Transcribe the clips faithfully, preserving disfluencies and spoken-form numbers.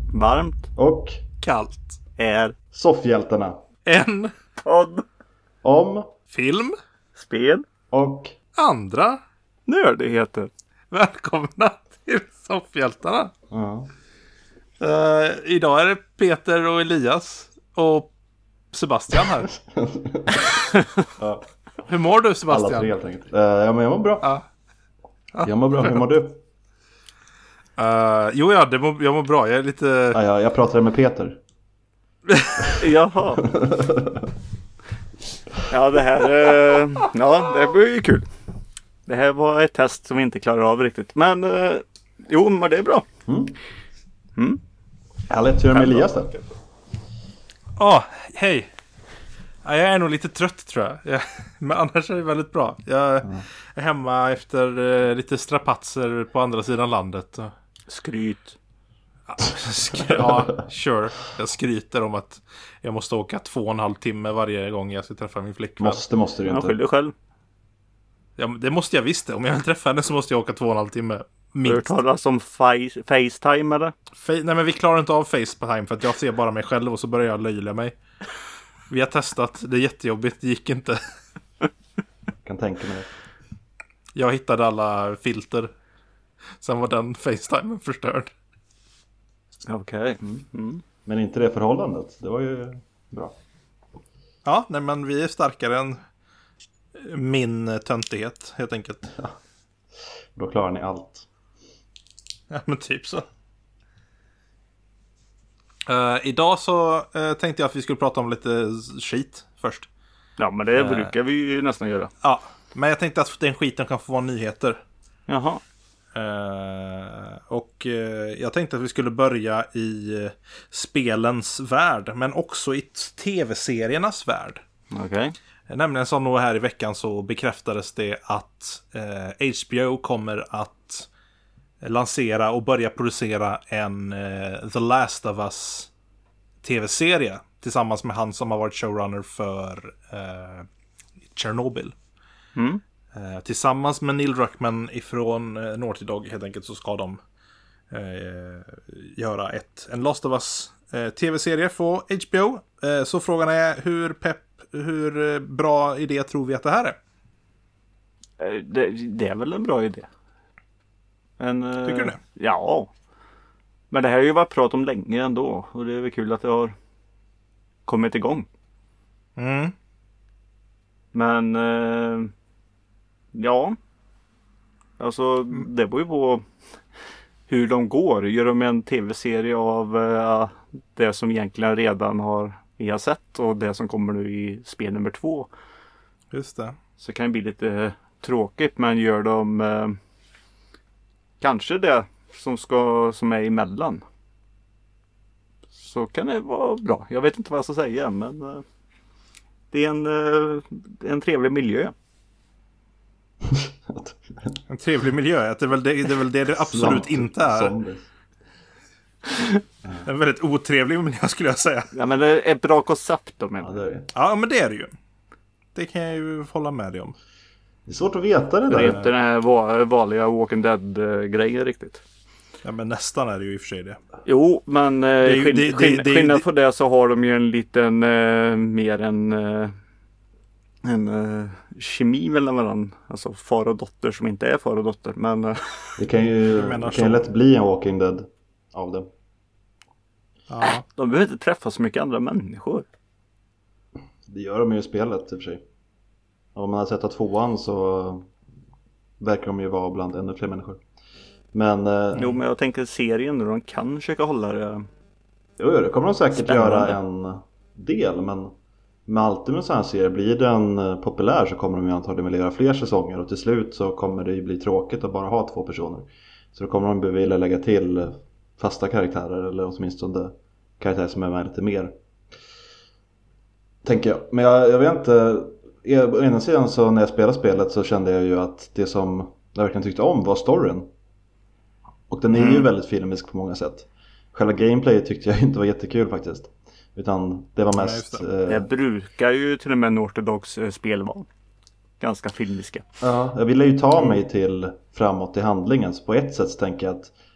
Varmt och kallt är soffhjältarna. En podd Om film spel och andra nördigheter. välkomna till Soffhjältarna. ja. Uh, idag är det Peter och Elias och Sebastian här. ja. Hur mår du, Sebastian? Alla tre helt enkelt. Uh, ja, men jag mår bra. Ja. Ja. Jag mår bra. Hur mår du? Uh, jo, ja, det mår, jag mår bra. Jag är lite... Ja, ja, jag pratade med Peter. Jaha. Ja, det här uh, ja, det blir ju kul. Det här var ett test som vi inte klarar av riktigt. Men uh, jo, men det är bra. Mm. Mm. Härligt. Hur är det med Elias då? Ja, oh, hej. Ja, jag är nog lite trött, tror jag. jag men annars är det väldigt bra. Jag mm. är hemma efter uh, lite strapatser på andra sidan landet. Skryt. Ja, sk- ja, sure. Jag skryter om att jag måste åka två och en halv timme varje gång jag ska träffa min flickvän. Måste, måste du inte. Jag skyller själv. Ja, det måste jag visst det. Om jag vill träffa henne så måste jag åka två och en halv timme. Minst. Du talar om face, FaceTime eller? Fa- Nej, men vi klarar inte av FaceTime för att jag ser bara mig själv och så börjar jag löjla mig. Vi har testat. Det är jättejobbigt. Det gick inte. Kan tänka mig. Jag hittade alla filter. Sen var den FaceTime förstörd. Okej. Okay. Mm. Mm. Men inte det förhållandet. Det var ju bra. Ja, nej, men vi är starkare än min töntighet, helt enkelt. Ja. Då klarar ni allt. Ja, men typ så. Uh, idag så uh, tänkte jag att vi skulle prata om lite skit först. Ja, men det uh, brukar vi ju nästan göra. Ja, men jag tänkte att den skiten kan få vara nyheter. Jaha. Uh, och uh, jag tänkte att vi skulle börja i uh, spelens värld, men också i tv-seriernas värld. Okej. Okay. Nämligen så nog här i veckan så bekräftades det att uh, H B O kommer att lansera och börja producera en uh, The Last of Us tv-serie tillsammans med han som har varit showrunner för uh, Chernobyl. Mm. Uh, tillsammans med Neil Druckmann ifrån uh, Naughty Dog helt enkelt så ska de uh, göra ett, en Last of Us uh, tv-serie för H B O. Uh, så frågan är hur pepp, hur uh, bra idé tror vi att det här är? Uh, det, det är väl en bra idé. En, uh, Tycker du det? Ja. Men det här har ju varit prat om länge ändå. Och det är väl kul att det har kommit igång. Mm. Men uh, ja, alltså det beror ju på hur de går. Gör de en tv-serie av uh, det som egentligen redan har vi har sett och det som kommer nu i spel nummer två. Just det. Så kan det bli lite uh, tråkigt, men gör de uh, kanske det som ska som är emellan. Så kan det vara bra. Jag vet inte vad jag ska säga, men uh, det är en, uh, en trevlig miljö. En trevlig miljö, det är väl det det, är väl det, det absolut Slant, inte är. En väldigt otrevlig miljö skulle jag säga. Ja, men det är ett bra koncept då, men. Ja, det är det. Ja, men det är det ju. Det kan jag ju hålla med dig om. Det är svårt att veta det där. Det är inte den här vanliga Walking Dead-grejen riktigt. Ja, men nästan är det ju i och för sig det. Jo, men eh, ju, skill- det, det, skill- det, skillnad det, på det så har de ju en liten eh, mer en eh, en eh, kemi mellan varandra. Alltså far och dotter som inte är far och dotter. Men eh, det kan ju, det kan ju lätt bli en Walking Dead av det. Ja. De behöver inte träffa så mycket andra människor. Det gör de ju i spelet i och för sig. Om man har sett att tvåan så verkar de ju vara bland ännu fler människor. Men eh, Jo, men jag tänker serien nu, de kan försöka hålla det. Jo, det kommer de säkert Spännande. göra en del, men med alltid med sån här serier, blir den populär så kommer de ju antagligen vilja göra fler säsonger och till slut så kommer det ju bli tråkigt att bara ha två personer. Så då kommer de vilja lägga till fasta karaktärer eller åtminstone karaktärer som är med lite mer. Tänker jag. Men jag, jag vet inte, å ena sidan så när jag spelade spelet så kände jag ju att det som jag verkligen tyckte om var storyn. Och den är mm. ju väldigt filmisk på många sätt. Själva gameplay tyckte jag inte var jättekul faktiskt. Utan det var mest... Ja, det. Eh... Jag brukar ju till och med en ortodox eh, spel vara ganska filmiska. Ja, jag ville ju ta mig till framåt i handlingen. Så på ett sätt så tänker jag att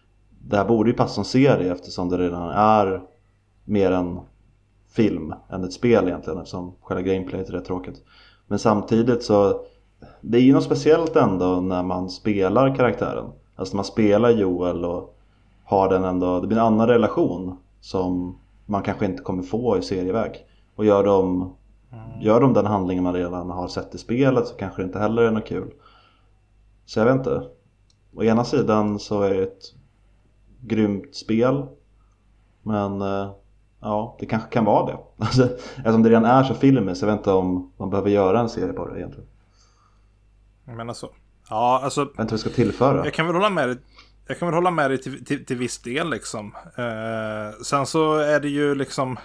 det här borde ju passa som serie eftersom det redan är mer en film än ett spel egentligen, eftersom själva gameplayet är rätt tråkigt. Men samtidigt så det är ju något speciellt ändå när man spelar karaktären. Alltså när man spelar Joel och har den ändå, det blir en annan relation som man kanske inte kommer få i serieväg. Och gör de, gör de den handlingen man redan har sett i spelet så kanske det inte heller är något kul. Så jag vet inte. Å ena sidan så är det ett grymt spel. Men ja, det kanske kan vara det. Alltså, eftersom det redan är så filmiskt så jag vet inte om man behöver göra en serie på det egentligen. Men alltså, ja, alltså jag vet inte vad vi ska tillföra. Jag kan väl hålla med dig, jag kan väl hålla med dig till, till, till viss del liksom. Eh, sen så är det ju liksom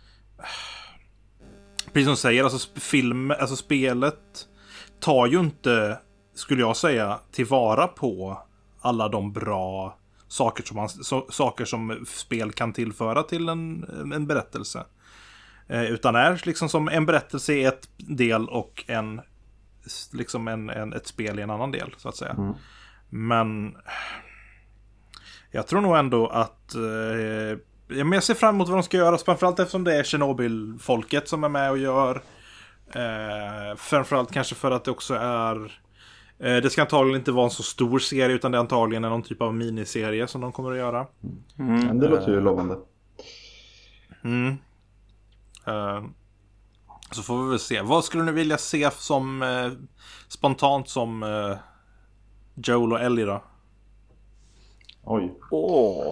precis som du säger, alltså film, alltså spelet tar ju inte, skulle jag säga, tillvara på alla de bra saker som, man, så, saker som spel kan tillföra till en, en berättelse. Eh, utan är liksom som en berättelse i ett del och en liksom en, en, ett spel i en annan del så att säga. Mm. Men jag tror nog ändå att eh, jag ser fram emot vad de ska göra, framförallt eftersom det är Chernobyl-folket som är med och gör. Eh, framförallt kanske för att det också är eh, det ska antagligen inte vara en så stor serie utan det är antagligen någon typ av miniserie som de kommer att göra. Mm. Mm. Det låter ju lovande. Mm. Eh, Så får vi väl se. Vad skulle ni vilja se som eh, spontant som eh, Joel och Ellie då? Oj. Åh.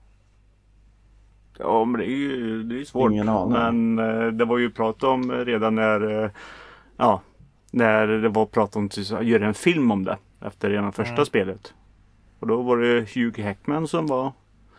Ja, men det är ju det är svårt. Ingen aning. Men eh, det var ju prat om redan när eh, ja, när det var prat om att göra en film om det efter redan första mm. spelet. Och då var det Hugh Jackman som var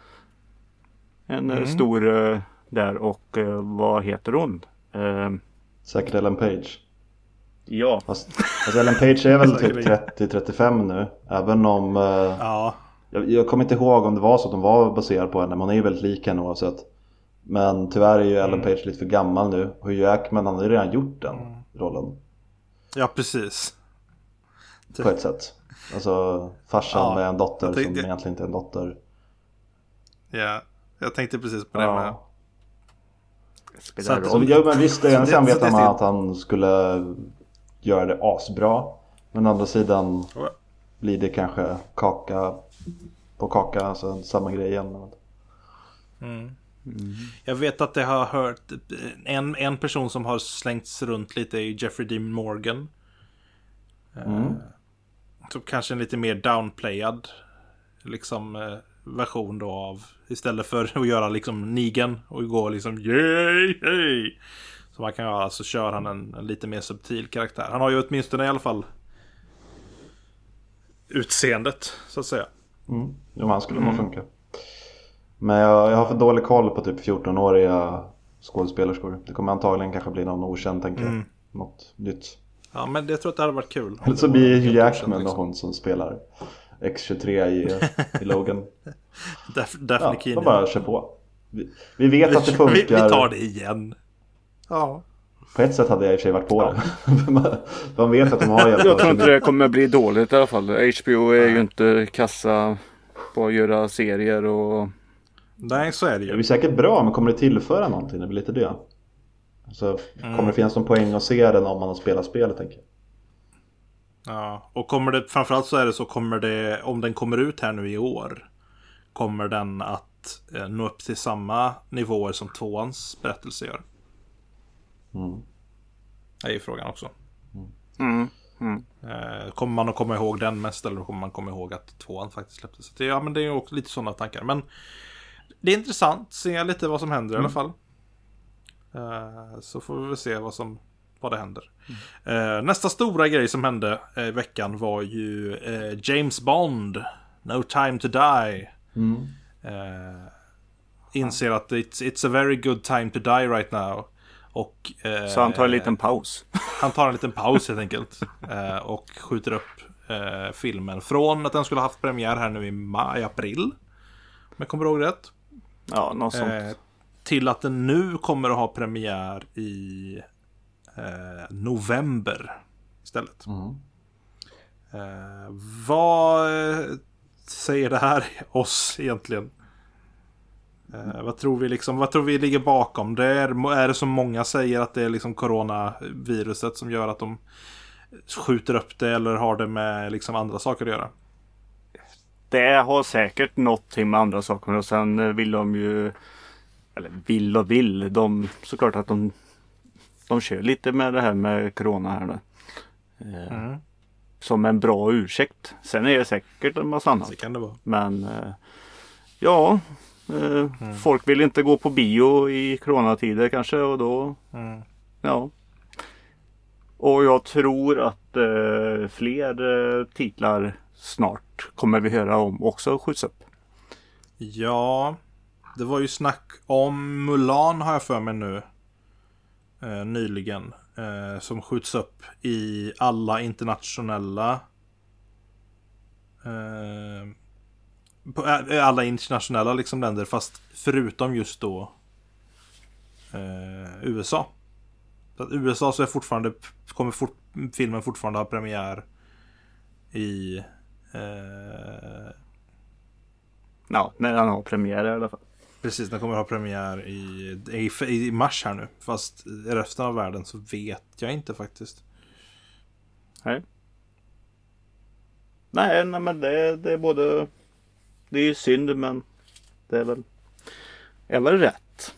en mm. stor eh, där och eh, vad heter hon? Eh, Säkert Ellen Page. Ja. Fast, fast Ellen Page är väl typ trettio till trettiofem nu. Även om eh, ja. jag, jag kommer inte ihåg om det var så att de var baserad på henne. Man är ju väldigt lik henne oavsett. Men tyvärr är ju Ellen mm. Page lite för gammal nu. Och Jackman, han har ju redan gjort den mm. rollen. Ja, precis. På ett sätt. Alltså farsan ja, med en dotter tänkte... som egentligen inte är en dotter. Ja, jag tänkte precis på det ja. med. Så att, så, ja, men visst, det, sen vet han att han skulle göra det asbra. Men å andra sidan oh. blir det kanske kaka på kaka, alltså samma grej igen. Mm. Mm. Jag vet att det har hört en, en person som har slängts runt lite i Jeffrey Dean Morgan. Mm. Uh, så kanske en lite mer downplayad liksom uh, version då av, istället för att göra liksom Negan och gå liksom yay, hey. Så man kan göra, så kör han en, en lite mer subtil karaktär. Han har ju åtminstone i alla fall utseendet så att säga. Mm. Jo, han skulle nog mm. funka. Men jag, jag har för dålig koll på typ fjorton-åriga skådespelerskor. Det kommer antagligen kanske bli någon okänd, tänker jag. Mm. Något nytt. Ja, men det tror jag att det hade varit kul. Eller så blir Hugh Jackman liksom. Och hon som spelar X tjugotre i, i Logan. Def, Daphne ja, då bara kör på. Vi, vi vet vi, att det funkar. Vi, vi tar det igen. Ja. På ett sätt hade jag i och för sig varit på det. Man vet att de har hjälpt. Jag tror inte det kommer bli dåligt i alla fall. H B O är ju inte kassa på att göra serier och... Nej, så är det ju. Det är säkert bra, men kommer det tillföra någonting? Det blir lite det. Så mm. kommer det finnas någon poäng att se den om man har spelat spelet, tänker jag. Ja, och kommer det, framförallt så är det så, kommer det, om den kommer ut här nu i år, kommer den att eh, nå upp till samma nivåer som tvåans berättelse gör? Mm. Det är ju frågan också. Mm. Mm. Eh, kommer man att komma ihåg den mest, eller kommer man komma ihåg att tvåan faktiskt släpptes? Så det, ja, men det är ju också lite sådana tankar. Men det är intressant, se lite vad som händer mm. i alla fall. Eh, så får vi väl se vad som vad det händer. Mm. Eh, nästa stora grej som hände i eh, veckan var ju eh, James Bond, No Time to Die. Mm. Eh, inser att it's, it's a very good time to die right now. Och, eh, så han tar en liten paus. Han tar en liten paus helt enkelt. Eh, och skjuter upp eh, filmen från att den skulle ha haft premiär här nu i maj, april. Om jag kommer ihåg rätt. Ja, något sånt. Eh, till att den nu kommer att ha premiär i eh, november istället. Mm. Eh, vad säger det här oss egentligen? Eh, vad tror vi liksom, vad tror vi ligger bakom? Det är, är det som många säger att det är liksom coronaviruset som gör att de skjuter upp det, eller har det med liksom andra saker att göra? Det har säkert någonting med andra saker, och sen vill de ju, eller vill och vill, de såklart att de de kör lite med det här med corona här nu. Eh, Mm. Som en bra ursäkt. Sen är det säkert en massa annat. Det kan det vara. Men eh, ja, eh, Mm. folk vill inte gå på bio i coronatider kanske, och då Mm. ja. Och jag tror att eh, fler eh, titlar snart kommer vi höra om också skjuts upp. Ja, det var ju snack om Mulan, har jag för mig nu. Eh, nyligen. Eh, som skjuts upp i alla internationella eh, på, äh, alla internationella liksom länder, fast förutom just då eh, U S A. Så att U S A så är fortfarande kommer fort, filmen fortfarande ha premiär i eh, Ja, när han har premiär i alla fall. precis, den kommer ha premiär i, i, i mars här nu. Fast i resten av världen så vet jag inte faktiskt. Nej. Nej, nej men det, det är både, det är ju synd, men det är väl är väl rätt.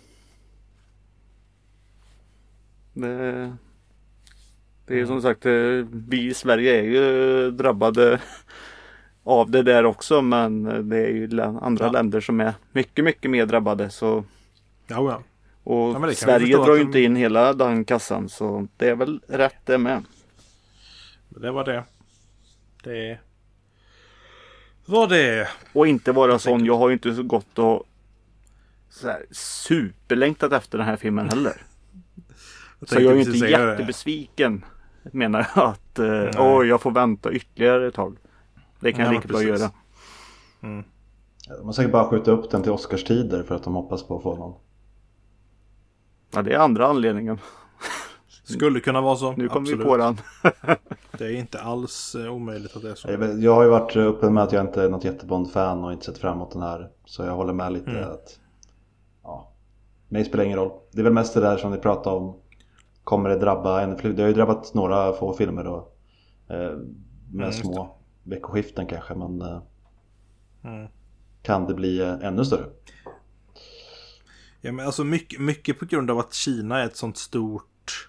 Det, det är ju som sagt, vi i Sverige är ju drabbade av det där också, men det är ju andra Ja. länder som är mycket, mycket mer drabbade, så Ja, ja. och Ja, men det kan vi Sverige förstå drar att ju de- inte in hela den kassan, så det är väl rätt det med. Det var det. Det var det. Och inte vara sån, jag har ju inte så gott och så här superlängtat efter den här filmen heller. Jag Så jag är ju inte precis säga det. jättebesviken, menar jag, att eh, Nej. åh, jag får vänta ytterligare ett tag. Det kan Ja, jag men lika bra precis. göra. Mm. De har säkert bara skjutit upp den till Oscarstider för att de hoppas på att få någon. Ja, det är andra anledningen. Skulle kunna vara så. Nu kommer vi absolut. på den. Det är inte alls eh, omöjligt att det är så. Jag, vet, jag har ju varit öppen med att jag inte är något jättebond-fan och inte sett fram emot den här. Så jag håller med lite Mm. att ja, mig spelar ingen roll. Det är väl mest det där som ni pratar om. Kommer det drabba ännu fler? Det har ju drabbat några få filmer då. Eh, med Mm, små veckoskiften kanske. Men eh, Mm. kan det bli eh, ännu större? Ja, men alltså mycket, mycket på grund av att Kina är ett sånt stort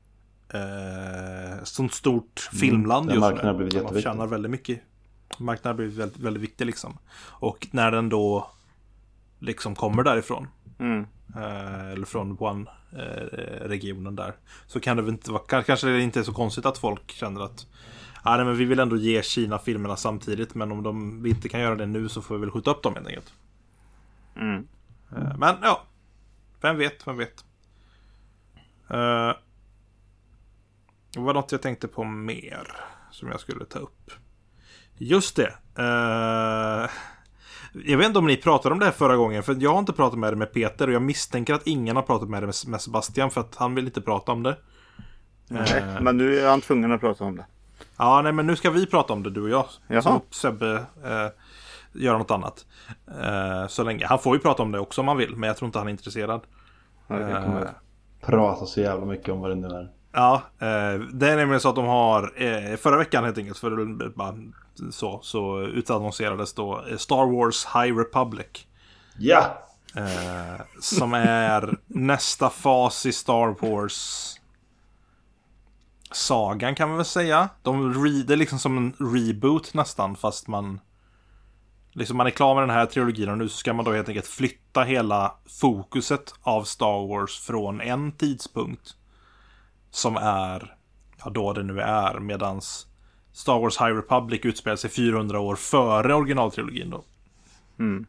eh, sånt stort filmland den just marknaden har nu. blivit Man jätteviktig. tjänar väldigt mycket. Marknaden har blivit väldigt, väldigt viktig liksom. Och när den då liksom kommer därifrån Mm. eh, eller från Wuhan-regionen där, så kan det väl inte vara, kanske det inte är så konstigt att folk känner att ah, nej, men vi vill ändå ge Kina filmerna samtidigt, men om de, vi inte kan göra det nu så får vi väl skjuta upp dem helt enkelt. Mm. Eh, Men ja, vem vet, vem vet. Uh, det var något jag tänkte på mer som jag skulle ta upp. Just det. Uh, jag vet inte om ni pratade om det här förra gången, för jag har inte pratat med det med Peter, och jag misstänker att ingen har pratat med det med, med Sebastian, för att han vill inte prata om det. Nej, Eh, men nu är han tvungen att prata om det. Ja, nej, men nu ska vi prata om det, du och jag. Jaha. Så Sebbe eh, gör något annat. Eh, så länge. Han får ju prata om det också om han vill, men jag tror inte han är intresserad. Okej, Eh, kommer prata så jävla mycket om vad det nu är. Ja, eh, det är nämligen så att de har eh, förra veckan helt enkelt, för bara så, så utannonserades då eh, Star Wars High Republic. Ja! Eh, som är nästa fas i Star Wars sagan, kan man väl säga. De re- det är liksom som en reboot nästan, fast man liksom man är klar med den här trilogin, och nu ska man då helt enkelt flytta hela fokuset av Star Wars från en tidpunkt som är, ja, då det nu är, medans Star Wars High Republic utspelar sig fyrahundra år före originaltrilogin då. Mm.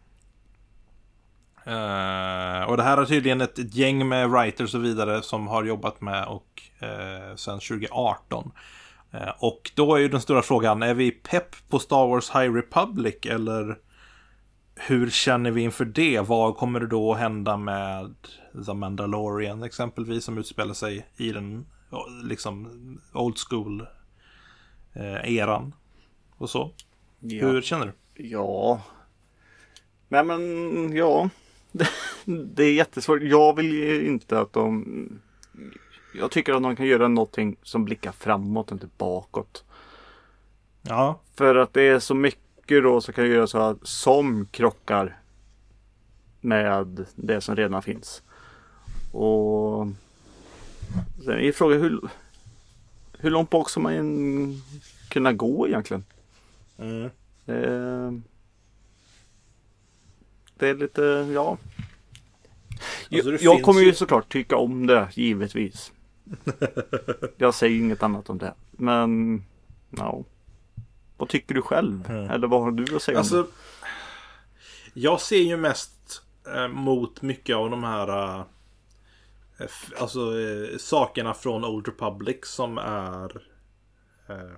Uh, och det här är tydligen ett, ett gäng med writers och vidare som har jobbat med och uh, sedan tjugo arton. Uh, och då är ju den stora frågan, är vi pepp på Star Wars High Republic, eller hur känner vi inför det? Vad kommer det då hända med The Mandalorian exempelvis, som utspelar sig i den liksom old school uh, eran och så? Ja. Hur känner du? Ja. Nej men ja. Det är jättesvårt. Jag vill ju inte att de... Jag tycker att de kan göra någonting som blickar framåt, inte bakåt. Ja. För att det är så mycket då som kan göra så att som krockar med det som redan finns. Och sen är frågan hur, hur långt bak ska man kunna gå egentligen? Mm. Det, det är lite, ja. Alltså, jag jag kommer ju såklart tycka om det, givetvis. Jag säger inget annat om det. Men, ja. Vad tycker du själv? Mm. Eller vad har du att säga alltså, om det? Jag ser ju mest eh, mot mycket av de här eh, f- alltså eh, sakerna från Old Republic som är eh,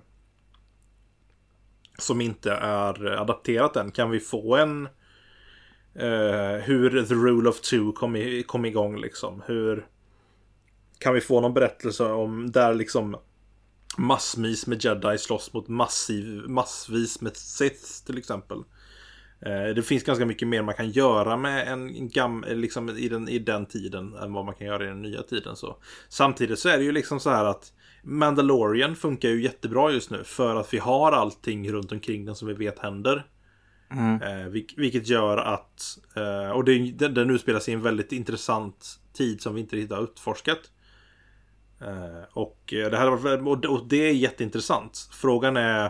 som inte är adapterat än. Kan vi få en eh, hur The Rule of Two kom, i, kom igång liksom? Hur kan vi få någon berättelse om där liksom massvis med Jedi slåss mot massiv, massvis med Sith till exempel. Eh, det finns ganska mycket mer man kan göra med en gam, liksom i, den, i den tiden än vad man kan göra i den nya tiden. Så. Samtidigt så är det ju liksom så här att Mandalorian funkar ju jättebra just nu för att vi har allting runt omkring den som vi vet händer. Mm. Eh, vil- vilket gör att eh, och det, den, den utspelar sig i en väldigt intressant tid som vi inte riktigt har utforskat. Uh, och, det här var, och det är jätteintressant. Frågan är,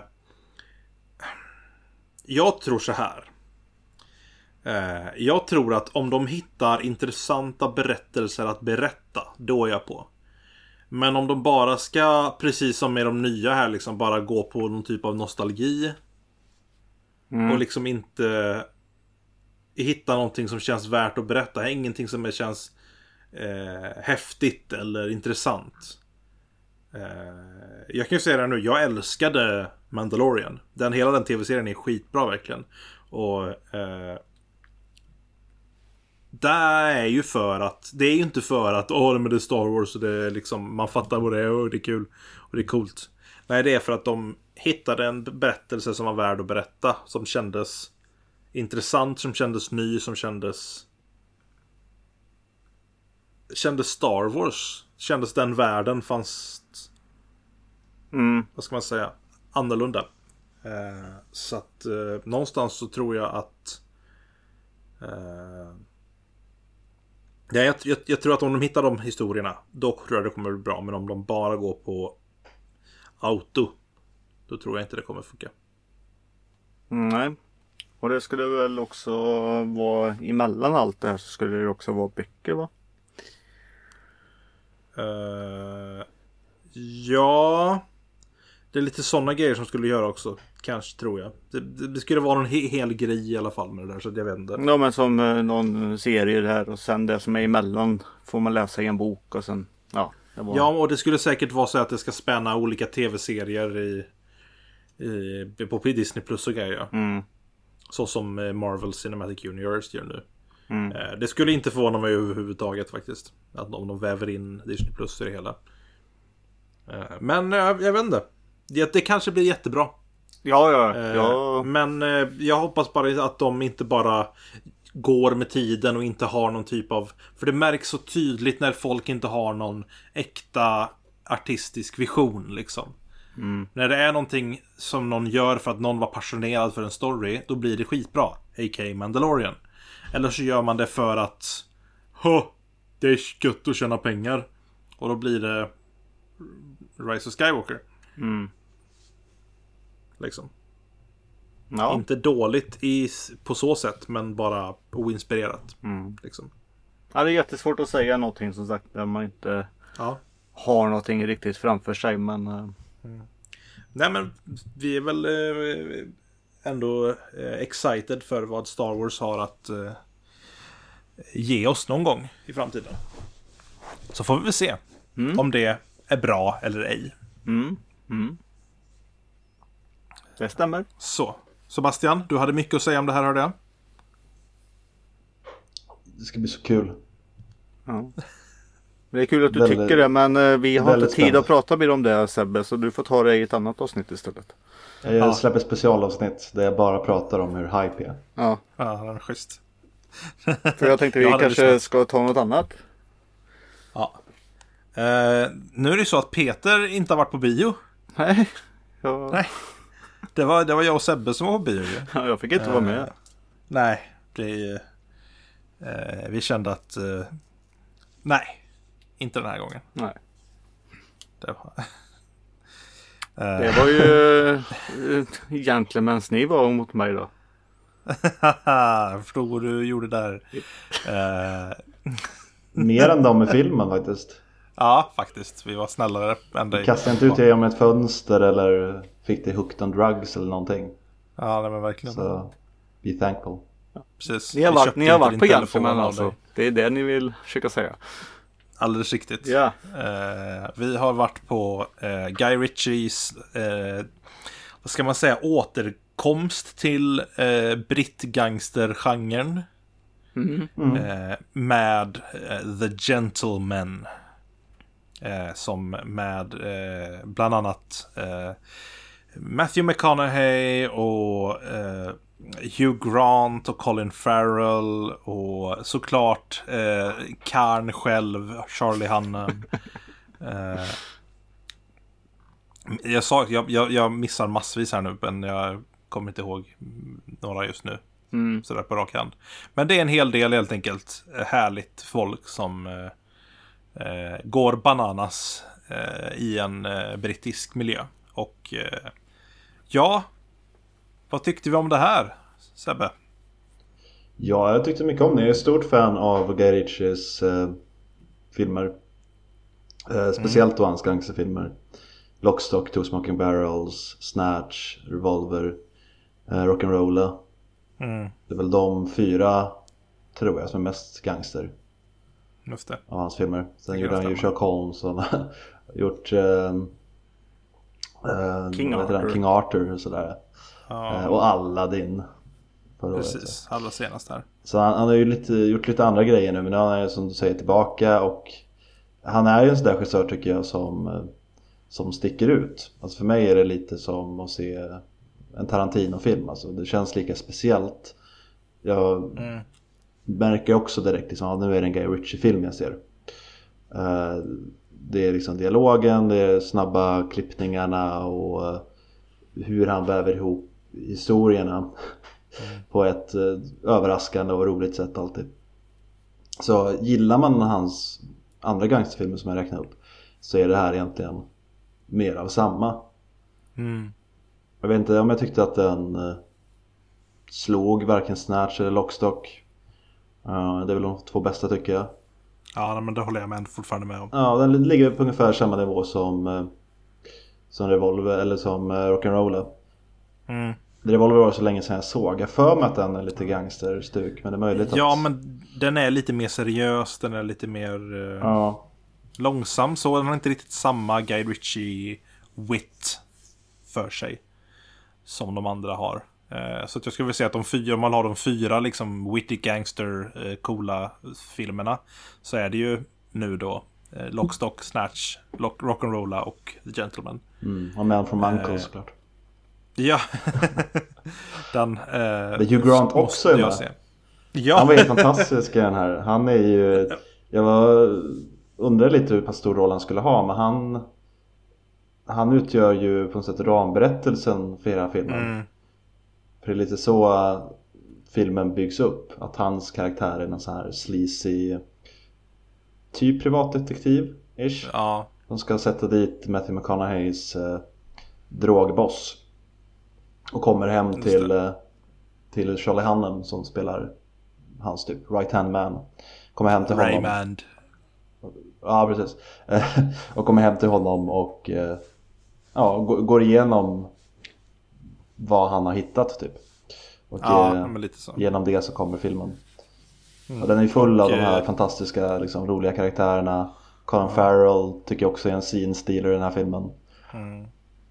jag tror så här. uh, Jag tror att om de hittar intressanta berättelser att berätta, då är jag på. Men om de bara ska, precis som med de nya här, liksom bara gå på någon typ av nostalgi mm. och liksom inte hitta någonting som känns värt att berätta, ingenting som är, känns Eh, häftigt eller intressant. eh, Jag kan ju säga det nu, jag älskade Mandalorian. Den, hela den tv-serien är skitbra verkligen. Och eh, det är ju för att det är ju inte för att åh, men det är Star Wars och det är liksom, man fattar vad det är och det är kul och det är coolt. Nej, det är för att de hittade en berättelse som var värd att berätta, som kändes intressant, som kändes ny, som kändes kändes Star Wars. Kändes den världen fanns mm. vad ska man säga, annorlunda. Eh, så att eh, någonstans så tror jag att eh, ja, jag, jag, jag tror att om de hittar de historierna, då tror jag det kommer bli bra. Men om de bara går på auto, då tror jag inte det kommer funka. Nej. Och det skulle väl också vara emellan allt det här, så skulle det också vara böcker, va? Uh, ja, det är lite sådana grejer som skulle göra också. Kanske, tror jag. Det, det, det skulle vara någon he- hel grej i alla fall med det där, så jag vet inte. Ja, men som eh, någon serie där, och sen det som är emellan får man läsa i en bok och sen, ja. Det var... Ja, och det skulle säkert vara så att det ska spänna olika tv-serier i, i på Disney Plus och grejer. Mm. Så som Marvel Cinematic Universe gör nu. Mm. Det skulle inte förvåna mig överhuvudtaget faktiskt, att om de väver in Disney Plus i det hela. Men jag, jag vet inte. Det, det kanske blir jättebra. Ja, ja, ja. Men jag hoppas bara att de inte bara går med tiden och inte har någon typ av... För det märks så tydligt när folk inte har någon äkta artistisk vision liksom. Mm. När det är någonting som någon gör för att någon var passionerad för en story, då blir det skitbra. A K A Mandalorian. Eller så gör man det för att Hå, det är gött att tjäna pengar. Och då blir det Rise of Skywalker. Mm. Liksom. Ja. Inte dåligt i, på så sätt, men bara oinspirerat. Mm. Liksom. Ja, det är jättesvårt att säga någonting, som sagt, där man inte ja. har någonting riktigt framför sig. Men mm. Nej, men vi är väl eh, ändå eh, excited för vad Star Wars har att eh, ge oss någon gång i framtiden. Så får vi väl se mm. om det är bra eller ej. Mm. Mm. Det stämmer. Så, Sebastian, du hade mycket att säga om det här, hörde jag. Det ska bli så kul. Ja. Det är kul att du väldigt, tycker det, men eh, vi har inte tid spännande. att prata mer om det, Sebbe, så du får ta det i ett annat avsnitt istället. Jag ja. släpper specialavsnitt där jag bara pratar om hur hype är. Ja, ja det är schysst. För jag tänkte vi ja, kanske lyssnat. ska ta något annat. Ja. Uh, nu är det så att Peter inte har varit på bio. Nej. Ja. Nej. Det var, det var jag och Sebbe som var på bio. Ja, jag fick inte uh, vara med. Nej, det uh, vi kände att uh, nej, inte den här gången. Nej. Det var, uh. det var ju uh, gentlemans ni var mot mig då. Jag förstod vad du gjorde där. uh. Mer än de i filmen faktiskt. Ja, faktiskt. Vi var snällare än dig. Kastade inte ut dig om ett fönster eller fick dig hooked on drugs eller någonting. Ja, nej, men verkligen. Så, be thankful. Ja, precis. Ni har varit, ni har varit på Gentleman alltså. Det är det ni vill försöka säga. Alldeles riktigt. Ja. Uh, vi har varit på uh, Guy Ritchies, uh, vad ska man säga, återkomst till uh, brittgangster-genren. Mm. Mm. Uh, med uh, The Gentlemen. Uh, som med uh, bland annat uh, Matthew McConaughey och uh, Hugh Grant och Colin Farrell och såklart eh, Karn själv, Charlie Hunnam. eh, jag, sa, jag, jag, jag missar massvis här nu, men jag kommer inte ihåg några just nu. Mm. Sådär på rak hand. Men det är en hel del helt enkelt härligt folk som eh, går bananas eh, i en eh, brittisk miljö. Och eh, ja, vad tyckte vi om det här, Sebbe? Ja, jag tyckte mycket om det. Jag är ett stort fan av Guy Ritchies eh, filmer. Eh, speciellt mm. då hans gangsterfilmer. Lock, Stock, Two Smoking Barrels, Snatch, Revolver, eh, Rock'n'Rolla. Mm. Det är väl de fyra, tror jag, som är mest gangster. Just det. Av hans filmer. Sen gjorde han ju Sherlock Holmes och gjort eh, eh, King, Arthur. King Arthur och sådär. Ja. Eh, och Aladdin. Precis, allra senast här. Så han, han har ju lite, gjort lite andra grejer nu. Men nu är han, som du säger, tillbaka. Och han är ju en sån där regissör, tycker jag, som, som sticker ut. Alltså för mig är det lite som att se en Tarantino-film. Alltså det känns lika speciellt. Jag mm. märker också direkt liksom, att nu är det en Guy Ritchie-film jag ser. uh, Det är liksom dialogen, det är snabba klippningarna och uh, hur han väver ihop historierna mm. på ett uh, överraskande och roligt sätt alltid. Så gillar man hans andra gangsterfilmer som jag räknar upp, så är det här egentligen mer av samma. Mm. Jag vet inte om jag tyckte att den uh, slog varken Snatch eller Lock, Stock. Uh, det är väl de två bästa, tycker jag. Ja, men det håller jag med fortfarande med om. Ja, den ligger på ungefär samma nivå som uh, som Revolver eller som uh, Rock'n'Rolla. Mm. Revolver var så länge sedan jag såg. Jag för mig att den är lite gangsterstuk, men det är möjligt att... Ja, men den är lite mer seriös, den är lite mer uh, ja. långsam, så den har inte riktigt samma Guy Ritchie-wit för sig som de andra har. Uh, så att jag skulle vilja säga att de fyra, om man har de fyra liksom witty gangster uh, coola filmerna, så är det ju nu då uh, Lock, Stock, Snatch, Lock, Rock'n'Rolla och The Gentleman. Mm, och Man from Uncle, uh, såklart. Ja. den uh, Men Hugh Grant också är med. Ja. Han var helt fantastisk i den här. Han är ju... Jag var, undrar lite hur pass stor roll han skulle ha, men han han utgör ju på något sätt ramberättelsen för hela filmen. Mm. För det är lite så uh, filmen byggs upp. Att hans karaktär är någon så här sleazy typ privatdetektiv-ish. Ja. De ska sätta dit Matthew McConaugheys uh, drogboss. Och kommer hem till, uh, till Charlie Hunnam som spelar hans typ right hand man. Kommer hem till honom. Raymond. Ja, precis. Och kommer hem till honom och uh, ja, går igenom vad han har hittat typ. Och ja, eh, men lite så. Genom det så kommer filmen. Mm. Och den är full och, av de här eh, fantastiska liksom, roliga karaktärerna. Colin ja. Farrell tycker jag också är en scene stealer i den här filmen. Mm.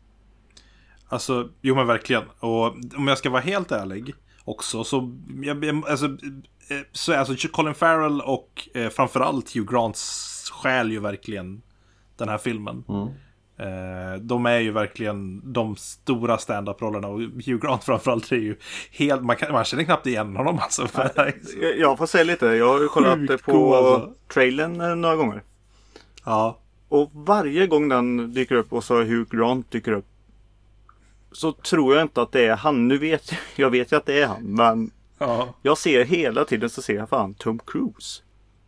Alltså, jo men verkligen. Och om jag ska vara helt ärlig också, så jag, alltså, så alltså Colin Farrell och eh, framförallt Hugh Grants stjäl ju verkligen den här filmen. Mm. Eh, de är ju verkligen de stora stand-up-rollerna, och Hugh Grant framförallt är ju helt, man, kan, man känner knappt igen honom alltså. Jag, jag får säga lite, jag har ju kollat det på cool, alltså. trailern några gånger. Ja. Och varje gång den dyker upp och så Hugh Grant dyker upp, så tror jag inte att det är han. Nu vet jag, jag vet ju att det är han, men Ja. jag ser hela tiden så ser jag fan Tom Cruise.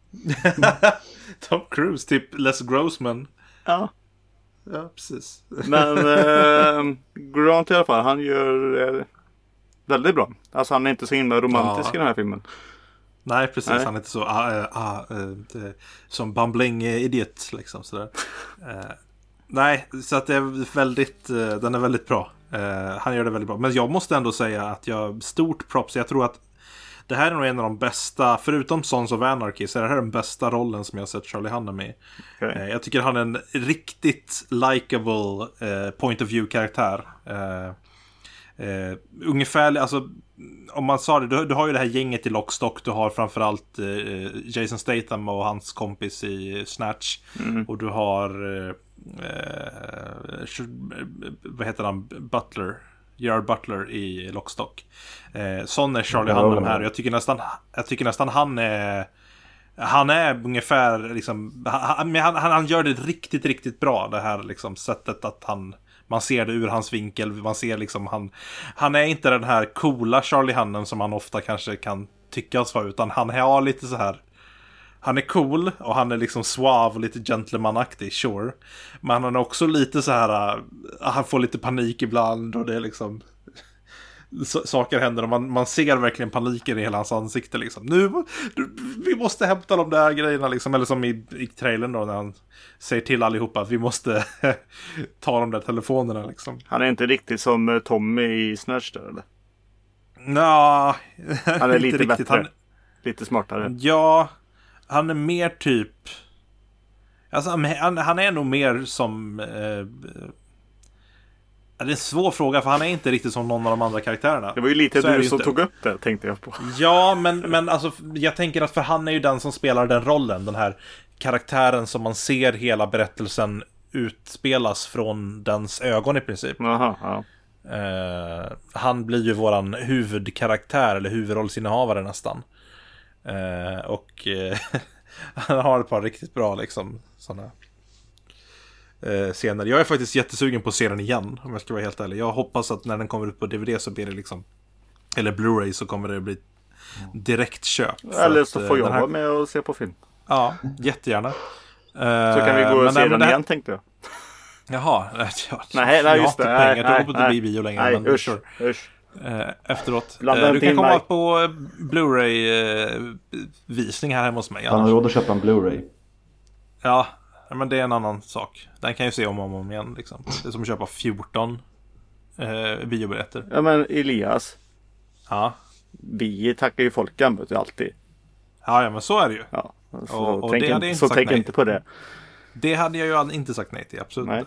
Tom Cruise, typ Les Grossman. Ja. Ja, precis. Men eh, Grant i alla fall, han gör eh, väldigt bra. Alltså han är inte så himla romantisk Ja. i den här filmen. Nej, precis. Nej. Han är inte så ah, ah, ah, det, som bumbling idiot liksom sådär. eh, nej, så att det är väldigt, eh, den är väldigt bra. Eh, han gör det väldigt bra. Men jag måste ändå säga att jag stort props. Jag tror att det här är nog en av de bästa, förutom Sons of Anarchy, så är det här den bästa rollen som jag har sett Charlie Hunnam i. Okay. Eh, jag tycker han är en riktigt likable eh, point of view-karaktär. Eh, eh, ungefär, alltså om man sa det, du, du har ju det här gänget i Lockstock, du har framförallt eh, Jason Statham och hans kompis i Snatch. Mm. Och du har eh, eh, vad heter han? Butler. Gerard Butler i Lockstock. Eh, sån är Charlie Ja, Hunnam ja. här. Och jag tycker nästan, jag tycker nästan han är han är ungefär liksom, han, han, han gör det riktigt, riktigt bra, det här liksom sättet att han, man ser det ur hans vinkel, man ser liksom han, han är inte den här coola Charlie Hunnam som man ofta kanske kan tyckas vara, utan han har lite så här, han är cool och han är liksom suave och lite gentlemanaktig, sure. Men han är också lite så här, uh, han får lite panik ibland och det är liksom s- saker händer och man, man ser verkligen paniken i hela hans ansikte liksom. Nu, du, vi måste hämta de där grejerna liksom, eller som i, i trailern då när han säger till allihopa att vi måste ta de där telefonerna liksom. Han är inte riktigt som eh, Tommy i Snatch där, eller? Nå, Han är lite riktigt. bättre. Han, Lite smartare. ja, han är mer typ, alltså han, han är nog mer som eh, det är en svår fråga, för han är inte riktigt som någon av de andra karaktärerna. Det var ju lite Så är det du ju som inte. tog upp det, tänkte jag på. Ja, men, men alltså, jag tänker att för han är ju den som spelar den rollen, den här karaktären som man ser hela berättelsen utspelas från dens ögon i princip. Jaha, ja. Eh, han blir ju våran huvudkaraktär, eller huvudrollsinnehavare nästan. Eh, och eh, han har ett par riktigt bra liksom sådana eh, scener. Jag är faktiskt jättesugen på att se den igen, om jag ska vara helt ärlig. Jag hoppas att när den kommer ut på D V D så blir det liksom, eller Blu-ray, så kommer det bli direkt köp. För Eller att, så eh, får jag den här- vara med och se på film. Ja, jätteärna. Så kan vi gå och se den igen, tänkte jag. Jaha, ja, Nej, nej, just det. Jag har Nej, inte pengar, nej, jag går inte nej. bli bio längre. Nej, men usch, sure. usch. Eh, efteråt. Blanda Eh, du inte kan in komma mig. på eh, Blu-ray-visning här hemma hos mig. Han har Annars. råd att köpa en Blu-ray. Ja, men det är en annan sak. Den kan ju se om och om igen. Liksom. Det är som att köpa fjorton eh, biobiljetter. Ja, men Elias, Ja. vi tackar ju folkan, vet du, alltid. Ja, ja, men så är det ju. Ja, så Och- och tänk, det hade jag inte, inte så sagt tänk nej. inte på det. Det hade jag ju inte sagt nej till, absolut Nej. inte.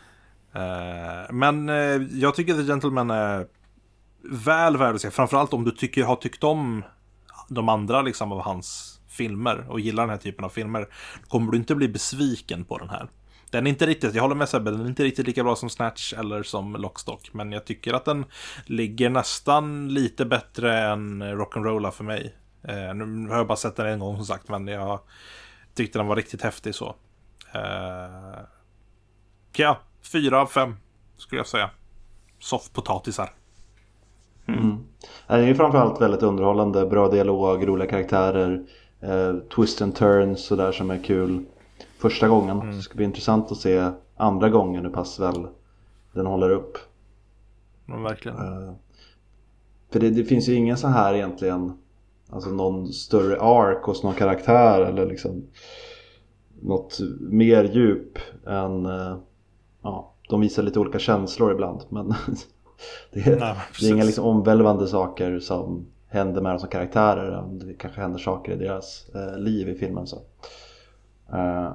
Eh, men eh, jag tycker The Gentleman är väl värd att se. Framförallt om du tycker, har tyckt om de andra liksom, av hans filmer och gillar den här typen av filmer, kommer du inte bli besviken på den här. Den är inte riktigt, jag håller med Sebbe, den är inte riktigt lika bra som Snatch eller som Lockstock, men jag tycker att den ligger nästan lite bättre än Rock'n'Rolla för mig. Eh, nu har jag bara sett den en gång som sagt, men jag tyckte den var riktigt häftig så. Eh, ja, fyra av fem skulle jag säga. Soffpotatisar. Mm. Den är ju framförallt väldigt underhållande, bra dialog, roliga karaktärer, eh, twist and turns och där som är kul första gången. Mm. Så det ska bli intressant att se andra gången hur pass väl den håller upp. Men verkligen. Eh, för det, det finns ju ingen så här egentligen, alltså någon större ark hos någon karaktär eller liksom något mer djup än, eh, ja, de visar lite olika känslor ibland, men det, är, Nej, det är inga precis. liksom omvälvande saker som händer med dem som karaktärer. Det kanske händer saker i deras eh, liv i filmen så. Uh,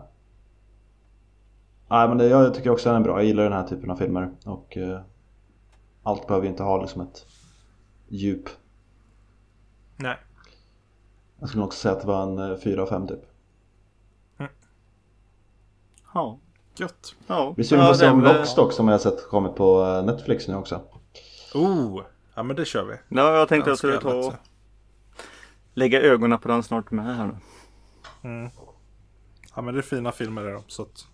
nej, men det, jag tycker också att den är bra. Jag gillar den här typen av filmer och eh, allt behöver ju inte ha liksom ett djup. Nej. Jag skulle också säga att det var en eh, fyra av fem typ. Ja. Gött. Ja. Vi skulle få ja, se om det- Lockstock som jag har sett kommit på Netflix nu också. Oh, ja men det kör vi. Ja, jag tänkte Den jag skulle ska jag ta lätt och lägga ögonen på den snart med här nu. Mm. Ja men det är fina filmer där så att